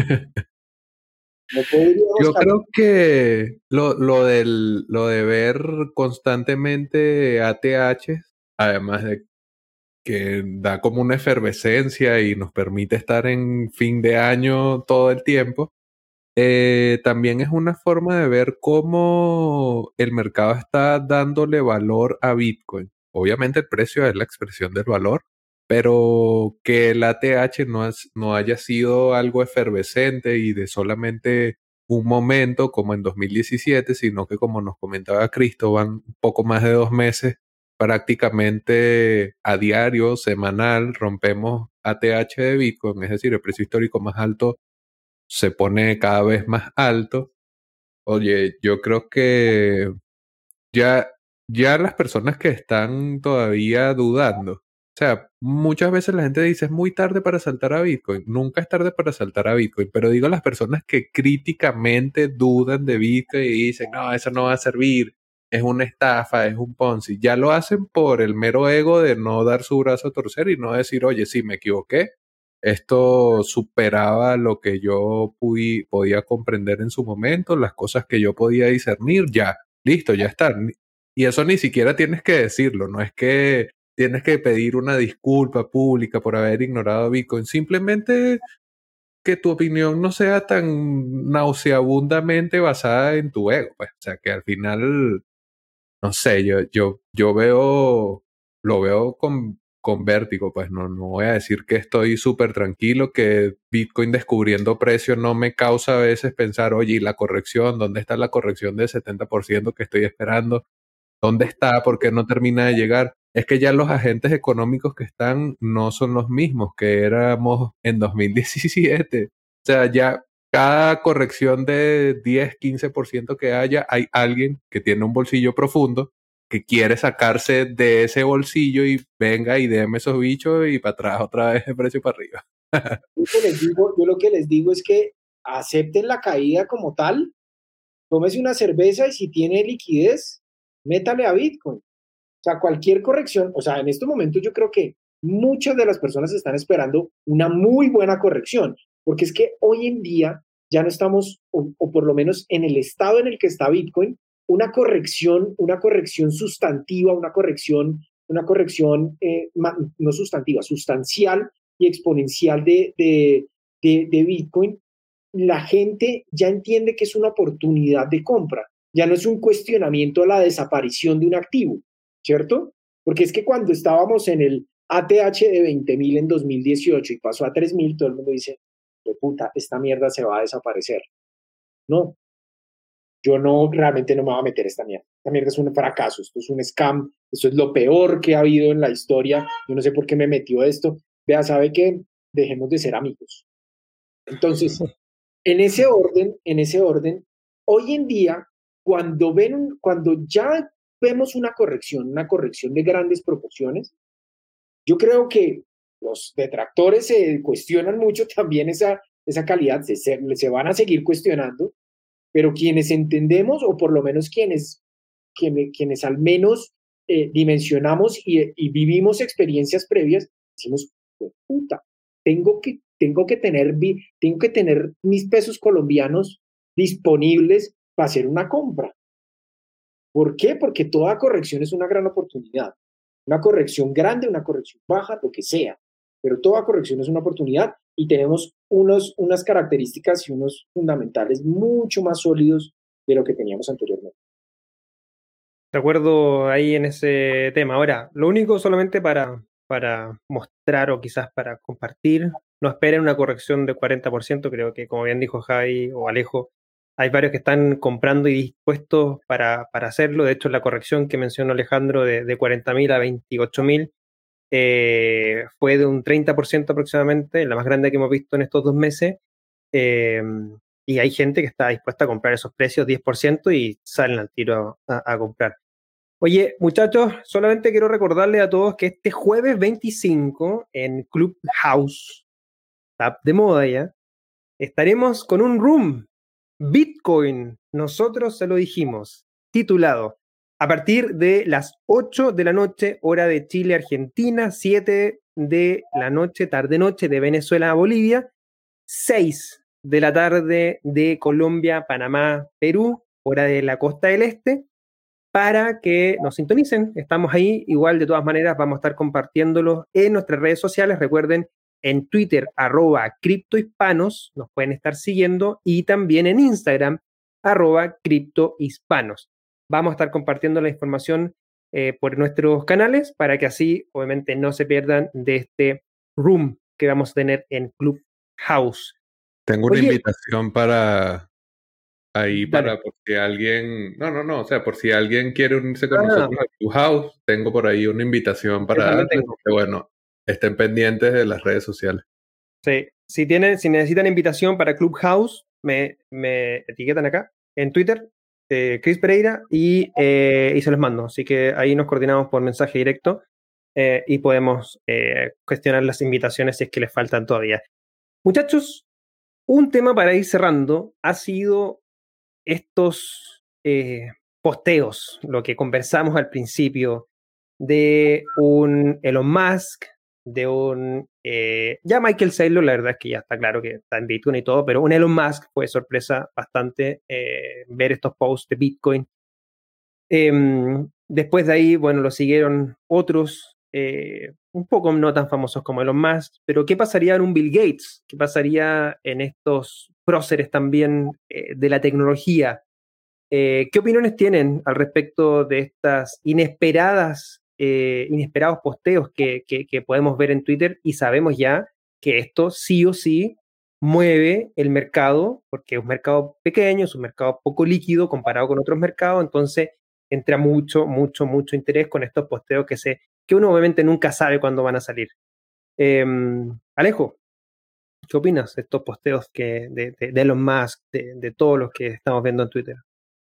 no Yo creo que lo, lo, del, lo de ver constantemente A T H, además de que da como una efervescencia y nos permite estar en fin de año todo el tiempo, eh, también es una forma de ver cómo el mercado está dándole valor a Bitcoin. Obviamente el precio es la expresión del valor, pero que el A T H no, es, no haya sido algo efervescente y de solamente un momento como en dos mil diecisiete, sino que como nos comentaba Cristo, van un poco más de dos meses, prácticamente a diario, semanal, rompemos A T H de Bitcoin, es decir, el precio histórico más alto se pone cada vez más alto. Oye, yo creo que ya, ya las personas que están todavía dudando, o sea, muchas veces la gente dice es muy tarde para saltar a Bitcoin. Nunca es tarde para saltar a Bitcoin, pero digo las personas que críticamente dudan de Bitcoin y dicen, no, eso no va a servir, es una estafa, es un Ponzi. Ya lo hacen por el mero ego de no dar su brazo a torcer y no decir, oye, sí, me equivoqué. Esto superaba lo que yo pudi- podía comprender en su momento, las cosas que yo podía discernir, ya, listo, ya está. Y eso ni siquiera tienes que decirlo, no es que tienes que pedir una disculpa pública por haber ignorado Bitcoin, simplemente que tu opinión no sea tan nauseabundamente basada en tu ego, pues, o sea, que al final, no sé, yo, yo, yo veo, lo veo con, con vértigo, pues no, no voy a decir que estoy súper tranquilo, que Bitcoin descubriendo precios no me causa a veces pensar, oye, ¿y la corrección? ¿Dónde está la corrección del setenta por ciento que estoy esperando? ¿Dónde está? ¿Por qué no termina de llegar? Es que ya los agentes económicos que están no son los mismos que éramos en dos mil diecisiete. O sea, ya cada corrección de diez, quince por ciento que haya, hay alguien que tiene un bolsillo profundo que quiere sacarse de ese bolsillo y venga y déme esos bichos y para atrás otra vez el precio para arriba. Yo, lo que les digo, yo lo que les digo es que acepten la caída como tal, tómese una cerveza y si tiene liquidez, métale a Bitcoin. O sea, cualquier corrección, o sea, en estos momentos yo creo que muchas de las personas están esperando una muy buena corrección, porque es que hoy en día ya no estamos, o, o por lo menos en el estado en el que está Bitcoin, una corrección, una corrección sustantiva, una corrección, una corrección eh, no sustantiva, sustancial y exponencial de, de, de, de Bitcoin, la gente ya entiende que es una oportunidad de compra, ya no es un cuestionamiento a la desaparición de un activo, ¿cierto? Porque es que cuando estábamos en el A T H de veinte mil en dos mil dieciocho y pasó a tres mil, todo el mundo dice, de puta, esta mierda se va a desaparecer. No, yo no, realmente no me voy a meter esta mierda. Esta mierda es un fracaso, esto es un scam, esto es lo peor que ha habido en la historia, yo no sé por qué me metió esto. Vea, ¿sabe qué? Dejemos de ser amigos. Entonces, en ese orden, en ese orden, hoy en día, cuando ven, cuando ya vemos una corrección, una corrección de grandes proporciones, yo creo que los detractores se cuestionan mucho también esa, esa calidad, se, se, se van a seguir cuestionando, pero quienes entendemos, o por lo menos quienes, quienes, quienes al menos eh, dimensionamos y, y vivimos experiencias previas, decimos, puta, tengo que, tengo que tener, tengo que tener mis pesos colombianos disponibles para hacer una compra. ¿Por qué? Porque toda corrección es una gran oportunidad. Una corrección grande, una corrección baja, lo que sea. Pero toda corrección es una oportunidad y tenemos unos, unas características y unos fundamentales mucho más sólidos de lo que teníamos anteriormente. De acuerdo ahí en ese tema. Ahora, lo único solamente para, para mostrar o quizás para compartir, no esperen una corrección de cuarenta por ciento, creo que como bien dijo Javi o Alejo, hay varios que están comprando y dispuestos para, para hacerlo. De hecho, la corrección que mencionó Alejandro de, de cuarenta mil a veintiocho mil eh, fue de un treinta por ciento aproximadamente, la más grande que hemos visto en estos dos meses. Eh, y hay gente que está dispuesta a comprar esos precios diez por ciento y salen al tiro a, a comprar. Oye, muchachos, solamente quiero recordarle a todos que este jueves veinticinco en Clubhouse, está de moda ya, estaremos con un room Bitcoin, nosotros se lo dijimos, titulado a partir de las ocho de la noche, hora de Chile, Argentina, siete de la noche, tarde-noche de Venezuela a Bolivia, seis de la tarde de Colombia, Panamá, Perú, hora de la costa del este, para que nos sintonicen. Estamos ahí, igual de todas maneras vamos a estar compartiéndolos en nuestras redes sociales. Recuerden, en Twitter, arroba criptohispanos, nos pueden estar siguiendo, y también en Instagram, arroba criptohispanos. Vamos a estar compartiendo la información eh, por nuestros canales para que así, obviamente, no se pierdan de este room que vamos a tener en Clubhouse. Tengo una Oye, invitación para ahí, dale. Para por si alguien, no, no, no, o sea, por si alguien quiere unirse con ah. nosotros a Clubhouse, tengo por ahí una invitación para darles, que bueno, estén pendientes de las redes sociales. Sí, si tienen, si necesitan invitación para Clubhouse, me, me etiquetan acá en Twitter, eh, Chris Pereira, y, eh, y se los mando. Así que ahí nos coordinamos por mensaje directo. eh, y podemos eh, cuestionar las invitaciones si es que les faltan todavía. Muchachos, un tema para ir cerrando ha sido estos eh, posteos, lo que conversamos al principio, de un Elon Musk, de un... Eh, ya Michael Saylor, la verdad es que ya está claro que está en Bitcoin y todo, pero un Elon Musk fue sorpresa bastante eh, ver estos posts de Bitcoin. Eh, después de ahí, bueno, lo siguieron otros, eh, un poco no tan famosos como Elon Musk, pero ¿qué pasaría en un Bill Gates? ¿Qué pasaría en estos próceres también eh, de la tecnología? Eh, ¿qué opiniones tienen al respecto de estas inesperadas, eh, inesperados posteos que, que, que podemos ver en Twitter? Y sabemos ya que esto sí o sí mueve el mercado, porque es un mercado pequeño, es un mercado poco líquido comparado con otros mercados, entonces entra mucho, mucho, mucho interés con estos posteos que, se, que uno obviamente nunca sabe cuándo van a salir. Eh, Alejo, ¿qué opinas de estos posteos que, de, de, de Elon Musk, de, de todos los que estamos viendo en Twitter?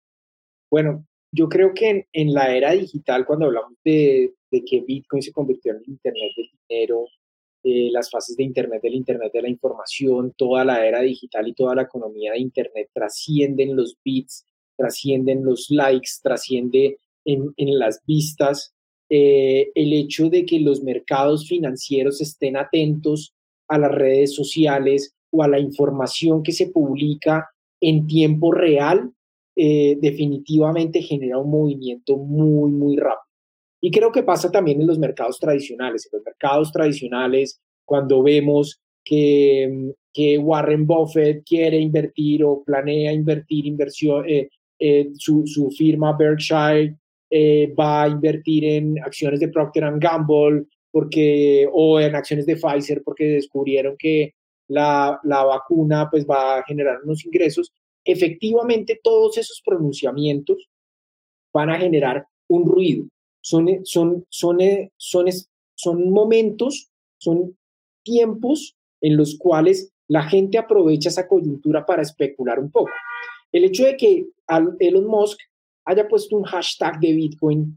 Bueno, yo creo que en, en la era digital, cuando hablamos de, de que Bitcoin se convirtió en el Internet del dinero, eh, las fases de Internet, del Internet de la información, toda la era digital y toda la economía de Internet trascienden los bits, trascienden los likes, trasciende en, en las vistas. Eh, el hecho de que los mercados financieros estén atentos a las redes sociales o a la información que se publica en tiempo real, eh, definitivamente genera un movimiento muy, muy rápido. Y creo que pasa también en los mercados tradicionales. En los mercados tradicionales, cuando vemos que, que Warren Buffett quiere invertir o planea invertir inversión, eh, eh, su, su firma Berkshire eh, va a invertir en acciones de Procter and Gamble porque, o en acciones de Pfizer porque descubrieron que la, la vacuna pues, va a generar unos ingresos. Efectivamente, todos esos pronunciamientos van a generar un ruido. Son, son, son, son, son momentos, son tiempos en los cuales la gente aprovecha esa coyuntura para especular un poco. El hecho de que Elon Musk haya puesto un hashtag de Bitcoin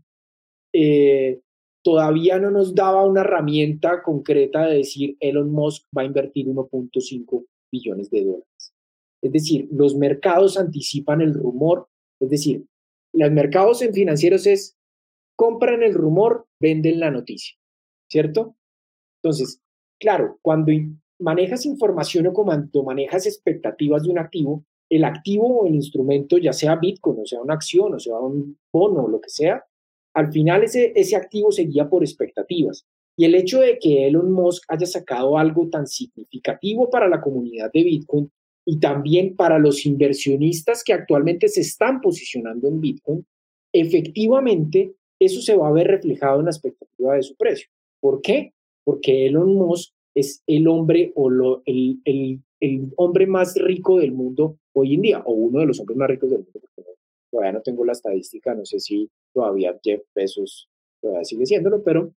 eh, todavía no nos daba una herramienta concreta de decir Elon Musk va a invertir uno punto cinco billones de dólares. Es decir, los mercados anticipan el rumor, es decir, los mercados en financieros es compran el rumor, venden la noticia, ¿cierto? Entonces, claro, cuando manejas información o cuando manejas expectativas de un activo, el activo o el instrumento, ya sea Bitcoin, o sea una acción, o sea un bono, o lo que sea, al final ese, ese activo se guía por expectativas. Y el hecho de que Elon Musk haya sacado algo tan significativo para la comunidad de Bitcoin y también para los inversionistas que actualmente se están posicionando en Bitcoin, efectivamente eso se va a ver reflejado en la expectativa de su precio. ¿Por qué? Porque Elon Musk es el hombre o lo, el, el, el hombre más rico del mundo hoy en día, o uno de los hombres más ricos del mundo, porque no, todavía no tengo la estadística, no sé si todavía Jeff Bezos todavía sigue siéndolo, pero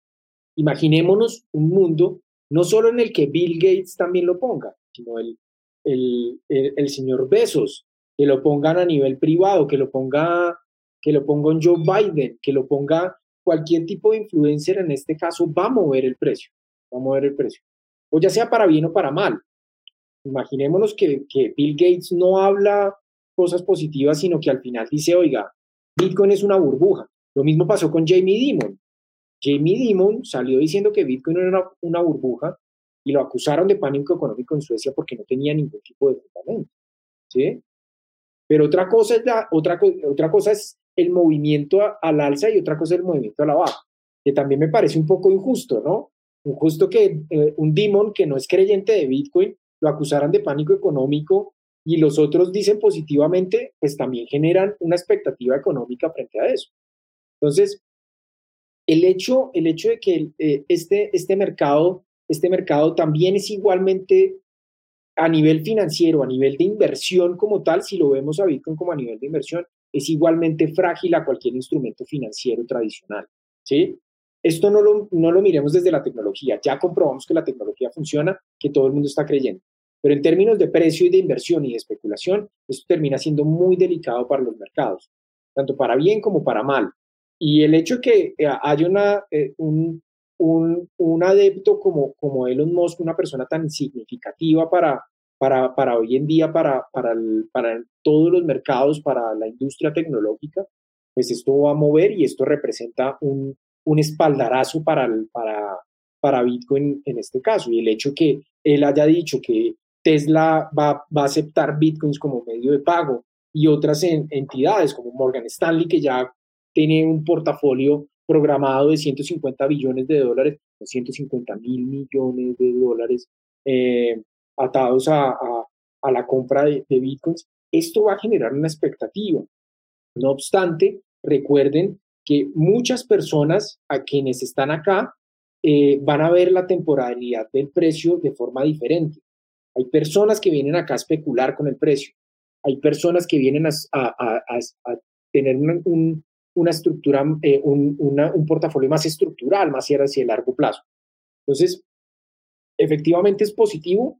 imaginémonos un mundo no solo en el que Bill Gates también lo ponga, sino el, el, el, el señor Bezos, que lo pongan a nivel privado, que lo ponga, que lo ponga un Joe Biden, que lo ponga cualquier tipo de influencer, en este caso, va a mover el precio, va a mover el precio. O ya sea para bien o para mal. Imaginémonos que, que Bill Gates no habla cosas positivas, sino que al final dice, oiga, Bitcoin es una burbuja. Lo mismo pasó con Jamie Dimon. Jamie Dimon salió diciendo que Bitcoin era una, una burbuja y lo acusaron de pánico económico en Suecia porque no tenía ningún tipo de fundamento, ¿sí? Pero otra cosa es, la, otra, otra cosa es el movimiento a, al alza y otra cosa es el movimiento a la baja, que también me parece un poco injusto, ¿no? Injusto que eh, un Dimon que no es creyente de Bitcoin lo acusaran de pánico económico y los otros dicen positivamente, pues también generan una expectativa económica frente a eso. Entonces, el hecho, el hecho de que eh, este, este, mercado, este mercado también es igualmente a nivel financiero, a nivel de inversión como tal, si lo vemos a Bitcoin como a nivel de inversión, es igualmente frágil a cualquier instrumento financiero tradicional, ¿sí? Esto no lo, no lo miremos desde la tecnología. Ya comprobamos que la tecnología funciona, que todo el mundo está creyendo. Pero en términos de precio y de inversión y de especulación, esto termina siendo muy delicado para los mercados, tanto para bien como para mal. y el hecho de que eh, haya una, eh, un, un, un adepto como, como Elon Musk, una persona tan significativa para, para, para hoy en día, para, para, el, para todos los mercados, para la industria tecnológica, pues esto va a mover y esto representa un, un espaldarazo para, el, para, para Bitcoin en este caso. Y el hecho que él haya dicho que Tesla va, va a aceptar Bitcoins como medio de pago y otras en, entidades como Morgan Stanley, que ya tiene un portafolio programado de ciento cincuenta billones de dólares, ciento cincuenta mil millones de dólares eh, atados a, a, a, la compra de, de Bitcoins. Esto va a generar una expectativa. No obstante, recuerden que muchas personas a quienes están acá eh, van a ver la temporalidad del precio de forma diferente. Hay personas que vienen acá a especular con el precio. Hay personas que vienen a, a, a, a tener una, un, una estructura, eh, un, una, un portafolio más estructural, más hacia el largo plazo. Entonces, efectivamente es positivo,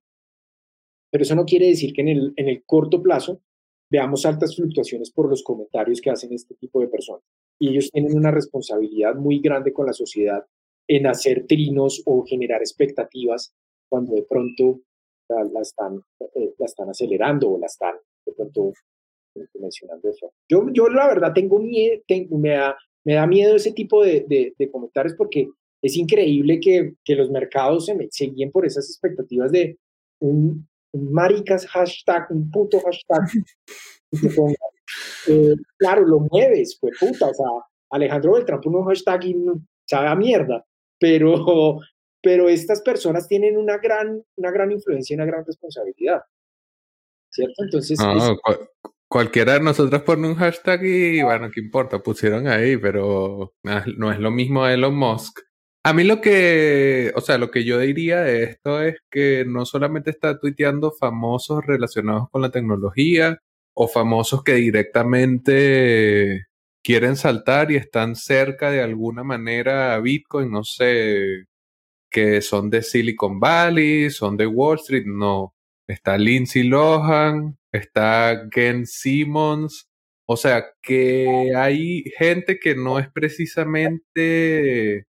pero eso no quiere decir que en el, en el corto plazo veamos altas fluctuaciones por los comentarios que hacen este tipo de personas. Y ellos tienen una responsabilidad muy grande con la sociedad en hacer trinos o generar expectativas cuando de pronto la, la, están, eh, la están acelerando o la están de pronto mencionando eso. Yo, yo la verdad tengo miedo, tengo, me, da, me da miedo ese tipo de, de, de comentarios porque es increíble que, que los mercados se, me, se guíen por esas expectativas de un, un maricas hashtag, un puto hashtag. Que ponga, eh, claro, lo mueves, pues puta, o sea, Alejandro Beltrán pone un hashtag y sabe a mierda, pero, pero estas personas tienen una gran, una gran influencia y una gran responsabilidad, ¿cierto? Entonces, No, es, cu- cualquiera de nosotros pone un hashtag y bueno, ¿qué importa? Pusieron ahí, pero no es, no es lo mismo a Elon Musk. A mí lo que, o sea, lo que yo diría de esto es que no solamente está tuiteando famosos relacionados con la tecnología o famosos que directamente quieren saltar y están cerca de alguna manera a Bitcoin, no sé, que son de Silicon Valley, son de Wall Street, no. Está Lindsay Lohan, está Gen Simmons, o sea que hay gente que no es precisamente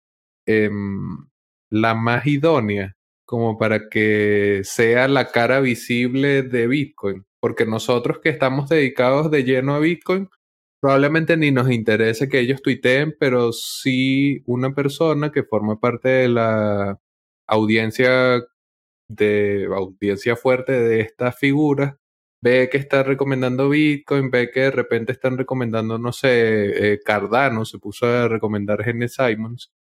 em, la más idónea como para que sea la cara visible de Bitcoin, porque nosotros que estamos dedicados de lleno a Bitcoin, probablemente ni nos interese que ellos tuiteen, pero sí una persona que forma parte de la audiencia de audiencia fuerte de estas figuras ve que está recomendando Bitcoin, ve que de repente están recomendando, no sé, eh, Cardano, se puso a recomendar Gene Simons,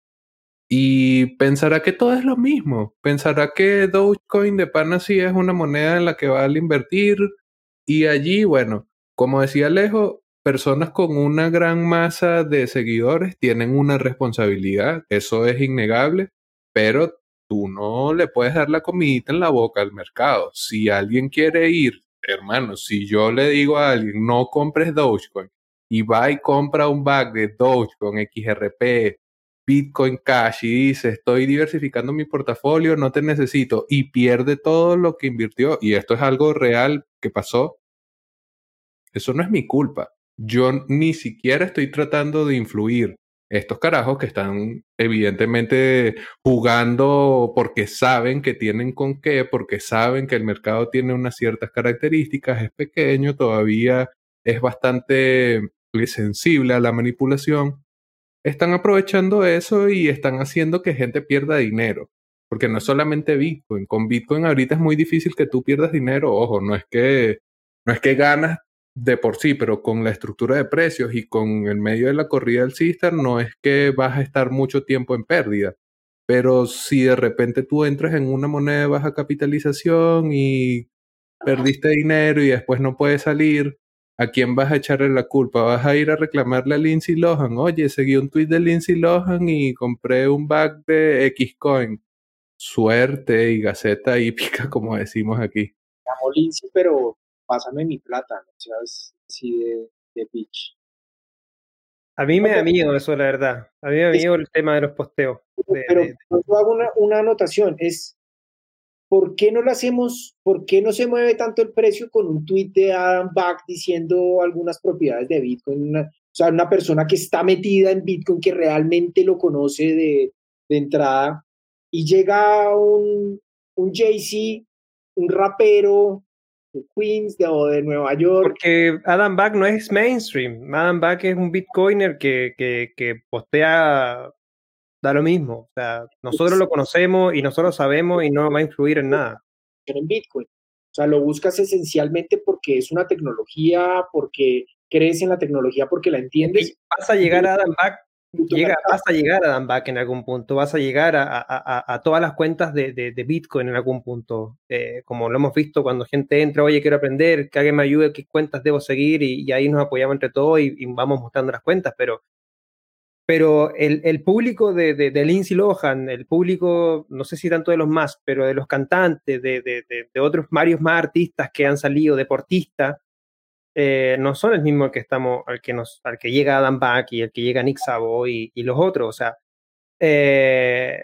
y pensará que todo es lo mismo. Pensará que Dogecoin de pana sí es una moneda en la que vale invertir. Y allí, bueno, como decía Alejo, personas con una gran masa de seguidores tienen una responsabilidad. Eso es innegable. Pero tú no le puedes dar la comidita en la boca al mercado. Si alguien quiere ir, hermano, si yo le digo a alguien, no compres Dogecoin, y va y compra un bag de Dogecoin, X R P, Bitcoin Cash y dice, estoy diversificando mi portafolio, no te necesito, y pierde todo lo que invirtió, y esto es algo real que pasó, eso no es mi culpa. Yo ni siquiera estoy tratando de influir. Estos carajos que están evidentemente jugando porque saben que tienen con qué, porque saben que el mercado tiene unas ciertas características, es pequeño, todavía es bastante sensible a la manipulación, están aprovechando eso y están haciendo que gente pierda dinero. Porque no es solamente Bitcoin. Con Bitcoin ahorita es muy difícil que tú pierdas dinero. Ojo, no es que, no es que ganas de por sí, pero con la estructura de precios y con el medio de la corrida alcista, no es que vas a estar mucho tiempo en pérdida. Pero si de repente tú entras en una moneda de baja capitalización y perdiste dinero y después no puedes salir, ¿a quién vas a echarle la culpa? ¿Vas a ir a reclamarle a Lindsay Lohan? Oye, seguí un tweet de Lindsay Lohan y compré un bag de Xcoin. Suerte y gaceta hípica, como decimos aquí. llamo Lindsay, pero pásame mi plata, no seas así de, de bitch. A mí me da miedo eso, la verdad. A mí me da miedo el tema de los posteos. De, Pero de, de... yo hago una, una anotación, es ¿por qué no lo hacemos? ¿Por qué no se mueve tanto el precio con un tweet de Adam Back diciendo algunas propiedades de Bitcoin? Una, O sea, una persona que está metida en Bitcoin, que realmente lo conoce de, de entrada, y llega un, un Jay-Z, un rapero de Queens de, o de Nueva York. Porque Adam Back no es mainstream. Adam Back es un bitcoiner que, que, que postea, da lo mismo. O sea, nosotros lo conocemos y nosotros sabemos y no va a influir en nada. En Bitcoin. O sea, lo buscas esencialmente porque es una tecnología, porque crees en la tecnología, porque la entiendes. Y vas a llegar a Adam Back, llega, vas a llegar a Adam Back en algún punto, vas a llegar a, a, a, a todas las cuentas de, de, de Bitcoin en algún punto, eh, como lo hemos visto cuando gente entra, oye, quiero aprender, que alguien me ayude, qué cuentas debo seguir, y, y ahí nos apoyamos entre todos y, y vamos mostrando las cuentas, pero pero el, el público de, de, de Lindsay Lohan, el público, no sé si tanto de los más, pero de los cantantes, de, de, de, de otros varios más artistas que han salido, deportistas, eh, no son el mismo al que estamos, al que nos, al que llega Adam Back y el que llega Nick Szabo y, y los otros. O sea, eh,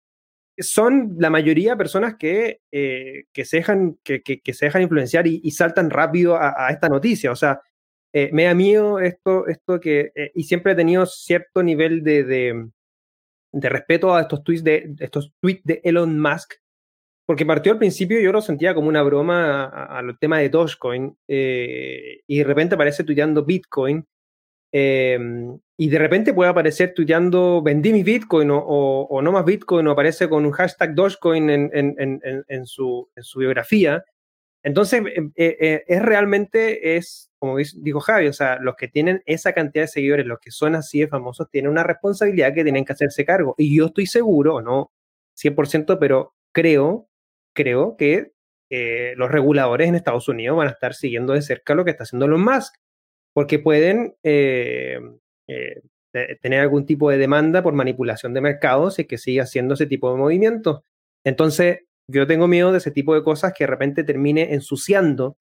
son la mayoría personas que, eh, que, se, dejan, que, que, que se dejan influenciar y, y saltan rápido a, a esta noticia. O sea, eh, me da miedo esto, esto que, eh, y siempre he tenido cierto nivel de, de, de respeto a estos tweets de, estos tweets de Elon Musk, porque partió al principio, yo lo sentía como una broma al tema de Dogecoin, eh, y de repente aparece tuiteando Bitcoin, eh, y de repente puede aparecer tuiteando vendí mi Bitcoin o, o, o no más Bitcoin, o aparece con un hashtag Dogecoin en, en, en, en, su, en su biografía. Entonces, eh, eh, es realmente, es, como dijo Javi, o sea, los que tienen esa cantidad de seguidores, los que son así de famosos, tienen una responsabilidad que tienen que hacerse cargo. Y yo estoy seguro, no cien por ciento, pero creo, creo que eh, los reguladores en Estados Unidos van a estar siguiendo de cerca lo que está haciendo Elon Musk, porque pueden eh, eh, tener algún tipo de demanda por manipulación de mercados y que siga haciendo ese tipo de movimientos. Entonces, yo tengo miedo de ese tipo de cosas que de repente termine ensuciando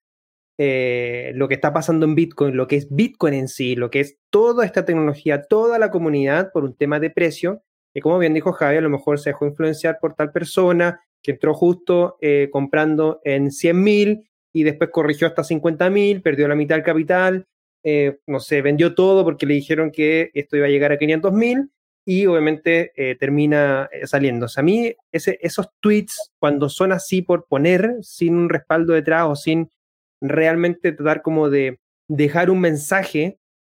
eh, lo que está pasando en Bitcoin, lo que es Bitcoin en sí, lo que es toda esta tecnología, toda la comunidad por un tema de precio, que como bien dijo Javi, a lo mejor se dejó influenciar por tal persona que entró justo eh, comprando en cien mil y después corrigió hasta cincuenta mil, perdió la mitad del capital, eh, no sé, vendió todo porque le dijeron que esto iba a llegar a quinientos mil y obviamente eh, termina eh, saliendo. O sea, a mí ese, esos tweets, cuando son así por poner, sin un respaldo detrás o sin realmente tratar como de dejar un mensaje,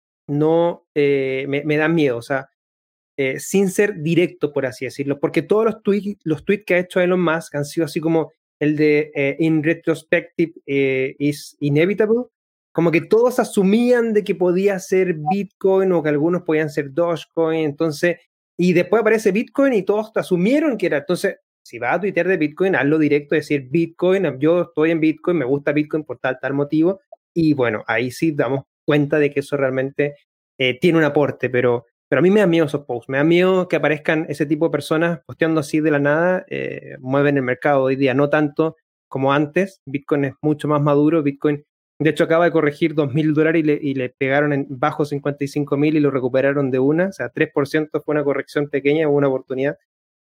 no eh, me, me dan miedo. O sea, eh, sin ser directo, por así decirlo, porque todos los tweets los tweets que ha hecho Elon Musk han sido así como el de eh, in retrospective eh, is inevitable, como que todos asumían de que podía ser Bitcoin o que algunos podían ser Dogecoin, entonces, y después aparece Bitcoin y todos asumieron que era. Entonces, si vas a tuitear de Bitcoin, hazlo directo, decir Bitcoin, yo estoy en Bitcoin, me gusta Bitcoin por tal, tal motivo, y bueno, ahí sí damos cuenta de que eso realmente eh, tiene un aporte, pero pero a mí me da miedo esos posts, me da miedo que aparezcan ese tipo de personas posteando así de la nada, eh, mueven el mercado hoy día, no tanto como antes. Bitcoin es mucho más maduro, Bitcoin de hecho acaba de corregir dos mil dólares y le, y le pegaron en bajo cincuenta y cinco mil y lo recuperaron de una, o sea, tres por ciento fue una corrección pequeña, una oportunidad,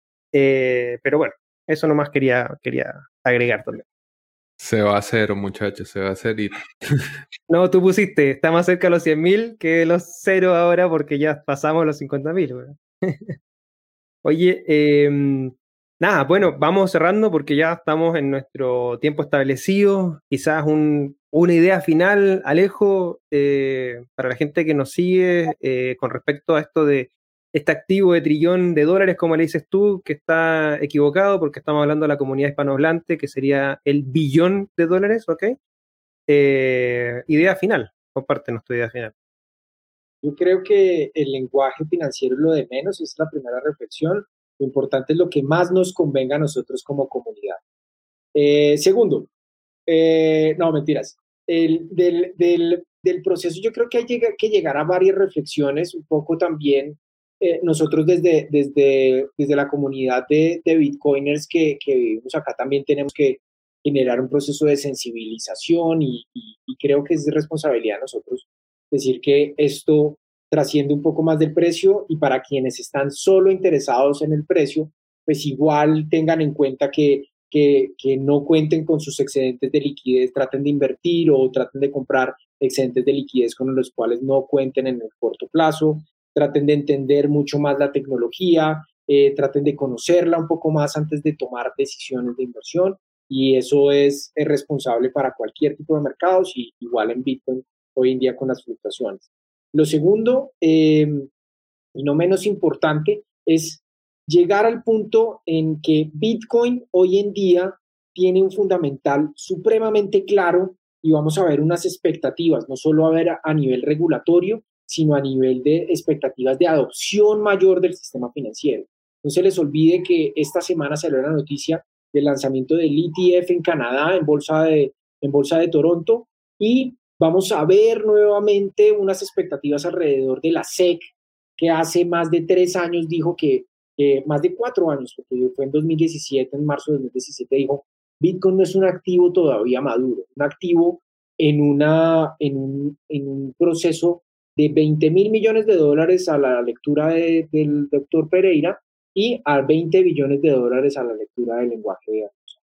eh, pero bueno, eso nomás quería, quería agregar también. Se va a hacer, muchachos, se va a hacer. Y... No, tú pusiste, está más cerca de los cien mil que los cero ahora porque ya pasamos los cincuenta mil. Oye, eh, nada, bueno, vamos cerrando porque ya estamos en nuestro tiempo establecido. Quizás un, una idea final, Alejo, eh, para la gente que nos sigue eh, con respecto a esto de este activo de trillón de dólares, como le dices tú, que está equivocado porque estamos hablando de la comunidad hispanohablante, que sería el billón de dólares, ¿ok? Eh, idea final, compártenos tu idea final. Yo creo que el lenguaje financiero es lo de menos, es la primera reflexión. Lo importante es lo que más nos convenga a nosotros como comunidad. Eh, segundo, eh, no, mentiras. El, del, del, del proceso yo creo que hay que llegar a varias reflexiones, un poco también eh, nosotros desde, desde, desde la comunidad de, de Bitcoiners que, que vivimos acá también tenemos que generar un proceso de sensibilización y, y, y creo que es responsabilidad de nosotros decir que esto trasciende un poco más del precio y para quienes están solo interesados en el precio, pues igual tengan en cuenta que que, que no cuenten con sus excedentes de liquidez, traten de invertir o traten de comprar excedentes de liquidez con los cuales no cuenten en el corto plazo, traten de entender mucho más la tecnología, eh, traten de conocerla un poco más antes de tomar decisiones de inversión, y eso es, es responsable para cualquier tipo de mercados y igual en Bitcoin hoy en día con las fluctuaciones. Lo segundo, eh, y no menos importante, es llegar al punto en que Bitcoin hoy en día tiene un fundamental supremamente claro y vamos a ver unas expectativas, no solo a ver a, a nivel regulatorio, sino a nivel de expectativas de adopción mayor del sistema financiero. No se les olvide que esta semana salió la noticia del lanzamiento del E T F en Canadá, en bolsa de, en bolsa de Toronto, y vamos a ver nuevamente unas expectativas alrededor de la S E C, que hace más de tres años dijo que, eh, más de cuatro años, porque fue en dos mil diecisiete, en marzo de dos mil diecisiete, dijo, Bitcoin no es un activo todavía maduro, un activo en, una, en, un, en un proceso de veinte mil millones de dólares a la lectura de, del doctor Pereira y a veinte billones de dólares a la lectura del lenguaje de datos.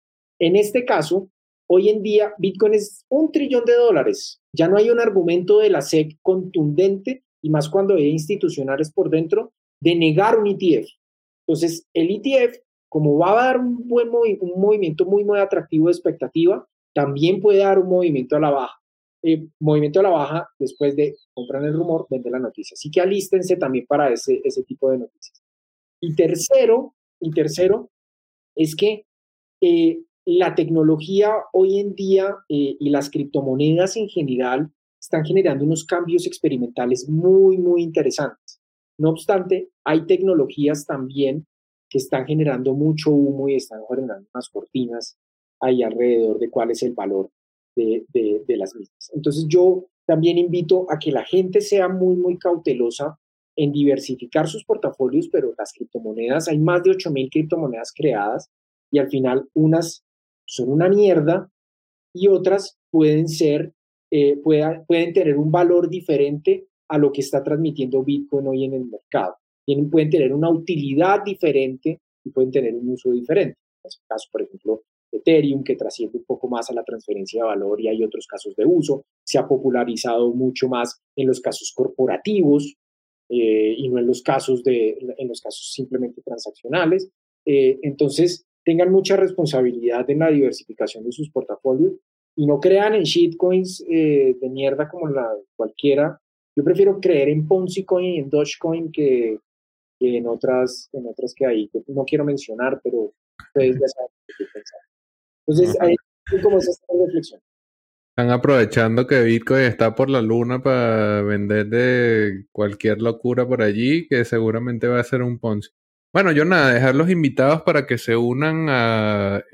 En este caso, hoy en día Bitcoin es un trillón de dólares. Ya no hay un argumento de la S E C contundente, y más cuando hay institucionales por dentro, de negar un E T F. Entonces, el E T F, como va a dar un, buen movi- un movimiento muy, muy atractivo de expectativa, también puede dar un movimiento a la baja. Eh, movimiento a la baja después de comprar el rumor, vende la noticia. Así que alístense también para ese, ese tipo de noticias. Y tercero, y tercero es que eh, la tecnología hoy en día eh, y las criptomonedas en general están generando unos cambios experimentales muy, muy interesantes. No obstante, hay tecnologías también que están generando mucho humo y están generando unas cortinas ahí alrededor de cuál es el valor de, de, de las mismas. Entonces yo también invito a que la gente sea muy, muy cautelosa en diversificar sus portafolios, pero las criptomonedas, hay más de ocho mil criptomonedas creadas y al final unas son una mierda y otras pueden ser, eh, pueda, pueden tener un valor diferente a lo que está transmitiendo Bitcoin hoy en el mercado. Tienen, pueden tener una utilidad diferente y pueden tener un uso diferente. En este caso, por ejemplo, Ethereum, que trasciende un poco más a la transferencia de valor, y hay otros casos de uso. Se ha popularizado mucho más en los casos corporativos eh, y no en los casos, de, en los casos simplemente transaccionales. Eh, entonces, tengan mucha responsabilidad en la diversificación de sus portafolios y no crean en shitcoins eh, de mierda como la cualquiera. Yo prefiero creer en Ponzi Coin y en Dogecoin que, que en otras en otras que hay, que no quiero mencionar, pero ustedes ya saben qué pensar. Entonces, ahí como esa reflexión. Están aprovechando que Bitcoin está por la luna para vender de cualquier locura por allí, que seguramente va a ser un Ponzi. Bueno, yo nada, dejar los invitados para que se unan a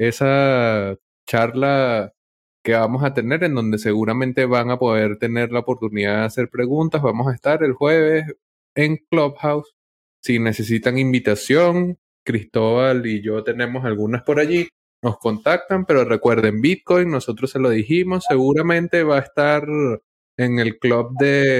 esa charla que vamos a tener, en donde seguramente van a poder tener la oportunidad de hacer preguntas. Vamos a estar el jueves en Clubhouse. Si necesitan invitación, Cristóbal y yo tenemos algunas por allí. Nos contactan, pero recuerden, Bitcoin, nosotros se lo dijimos, seguramente va a estar en el club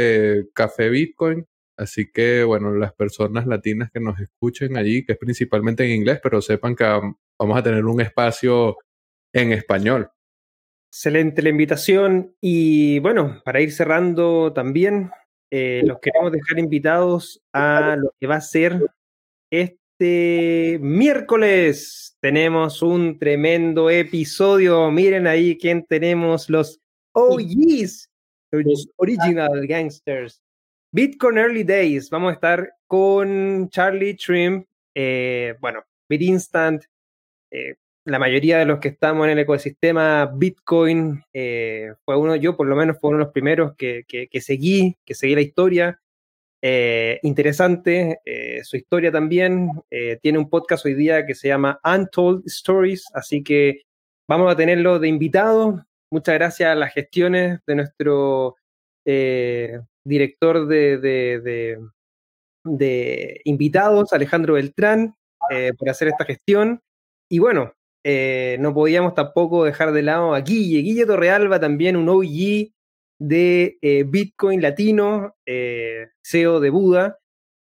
de Café Bitcoin. Así que, bueno, las personas latinas que nos escuchen allí, que es principalmente en inglés, pero sepan que vamos a tener un espacio en español. Excelente la invitación. Y bueno, para ir cerrando también, eh, los queremos dejar invitados a lo que va a ser este miércoles. Tenemos un tremendo episodio. Miren ahí quién tenemos, los O Gs, los Original Gangsters. Bitcoin Early Days. Vamos a estar con Charlie Trim, eh, bueno, BitInstant, eh, la mayoría de los que estamos en el ecosistema Bitcoin, eh, fue uno, yo por lo menos fue uno de los primeros que, que, que seguí, que seguí la historia. Eh, interesante, eh, su historia también. Eh, tiene un podcast hoy día que se llama Untold Stories, así que vamos a tenerlo de invitado. Muchas gracias a las gestiones de nuestro eh, director de, de, de, de invitados, Alejandro Beltrán, eh, por hacer esta gestión. Y bueno, eh, no podíamos tampoco dejar de lado a Guille, Guille Torrealba, también un O G de eh, Bitcoin latino, eh, C E O de Buda.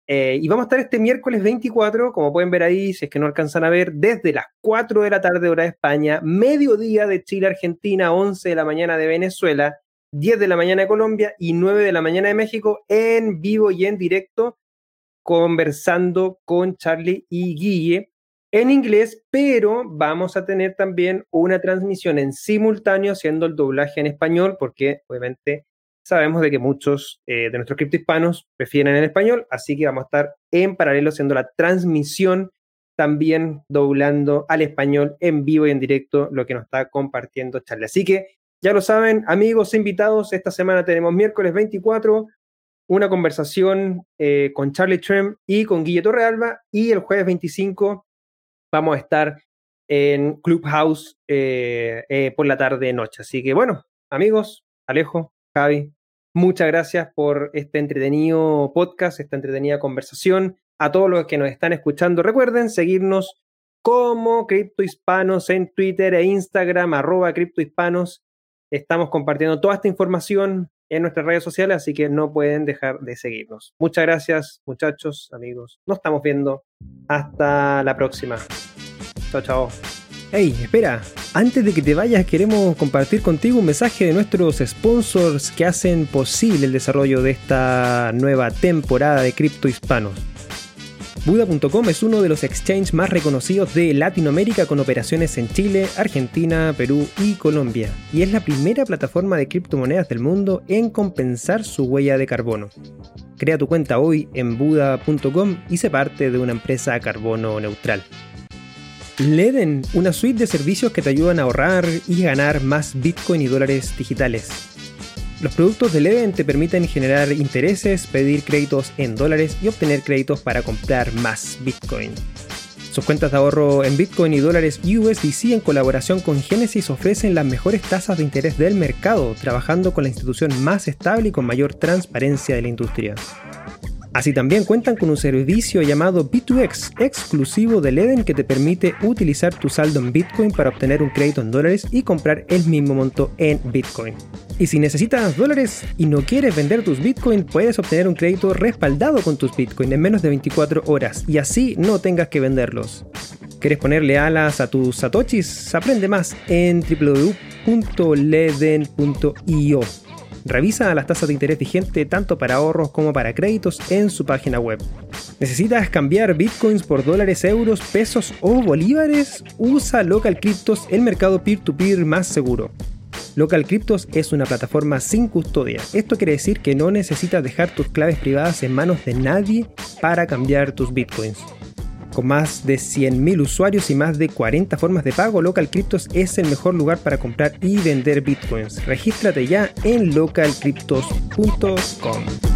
Eh, y vamos a estar este miércoles veinticuatro, como pueden ver ahí, si es que no alcanzan a ver, desde las cuatro de la tarde hora de España, mediodía de Chile, Argentina, once de la mañana de Venezuela, diez de la mañana de Colombia y nueve de la mañana de México, en vivo y en directo, conversando con Charlie y Guille en inglés, pero vamos a tener también una transmisión en simultáneo haciendo el doblaje en español, porque obviamente sabemos de que muchos eh, de nuestros criptohispanos prefieren el español, así que vamos a estar en paralelo haciendo la transmisión, también doblando al español en vivo y en directo lo que nos está compartiendo Charlie. Así que ya lo saben, amigos invitados, esta semana tenemos miércoles veinticuatro una conversación eh, con Charlie Trem y con Guille Torrealba, y el jueves veinticinco vamos a estar en Clubhouse eh, eh, por la tarde-noche. Así que bueno, amigos, Alejo, Javi, muchas gracias por este entretenido podcast, esta entretenida conversación. A todos los que nos están escuchando, recuerden seguirnos como Criptohispanos en Twitter e Instagram, arroba Criptohispanos. Estamos compartiendo toda esta información en nuestras redes sociales, así que no pueden dejar de seguirnos. Muchas gracias, muchachos, amigos. Nos estamos viendo. Hasta la próxima. Chao, chao. Hey, espera, antes de que te vayas queremos compartir contigo un mensaje de nuestros sponsors que hacen posible el desarrollo de esta nueva temporada de Criptohispanos. Buda punto com es uno de los exchanges más reconocidos de Latinoamérica, con operaciones en Chile, Argentina, Perú y Colombia, y es la primera plataforma de criptomonedas del mundo en compensar su huella de carbono. Crea tu cuenta hoy en Buda punto com y sé parte de una empresa carbono neutral. Leden, una suite de servicios que te ayudan a ahorrar y ganar más Bitcoin y dólares digitales. Los productos de Leden te permiten generar intereses, pedir créditos en dólares y obtener créditos para comprar más Bitcoin. Sus cuentas de ahorro en Bitcoin y dólares U S D C en colaboración con Genesis ofrecen las mejores tasas de interés del mercado, trabajando con la institución más estable y con mayor transparencia de la industria. Así también cuentan con un servicio llamado B dos X, exclusivo de Leden, que te permite utilizar tu saldo en Bitcoin para obtener un crédito en dólares y comprar el mismo monto en Bitcoin. Y si necesitas dólares y no quieres vender tus Bitcoin, puedes obtener un crédito respaldado con tus Bitcoin en menos de veinticuatro horas y así no tengas que venderlos. ¿Quieres ponerle alas a tus satoshis? Aprende más en doble u doble u doble u punto leden punto i o. Revisa las tasas de interés vigentes tanto para ahorros como para créditos en su página web. ¿Necesitas cambiar bitcoins por dólares, euros, pesos o bolívares? Usa Local Cryptos, el mercado peer-to-peer más seguro. Local Cryptos es una plataforma sin custodia. Esto quiere decir que no necesitas dejar tus claves privadas en manos de nadie para cambiar tus bitcoins. Con más de cien mil usuarios y más de cuarenta formas de pago, Local Cryptos es el mejor lugar para comprar y vender bitcoins. Regístrate ya en local cryptos punto com.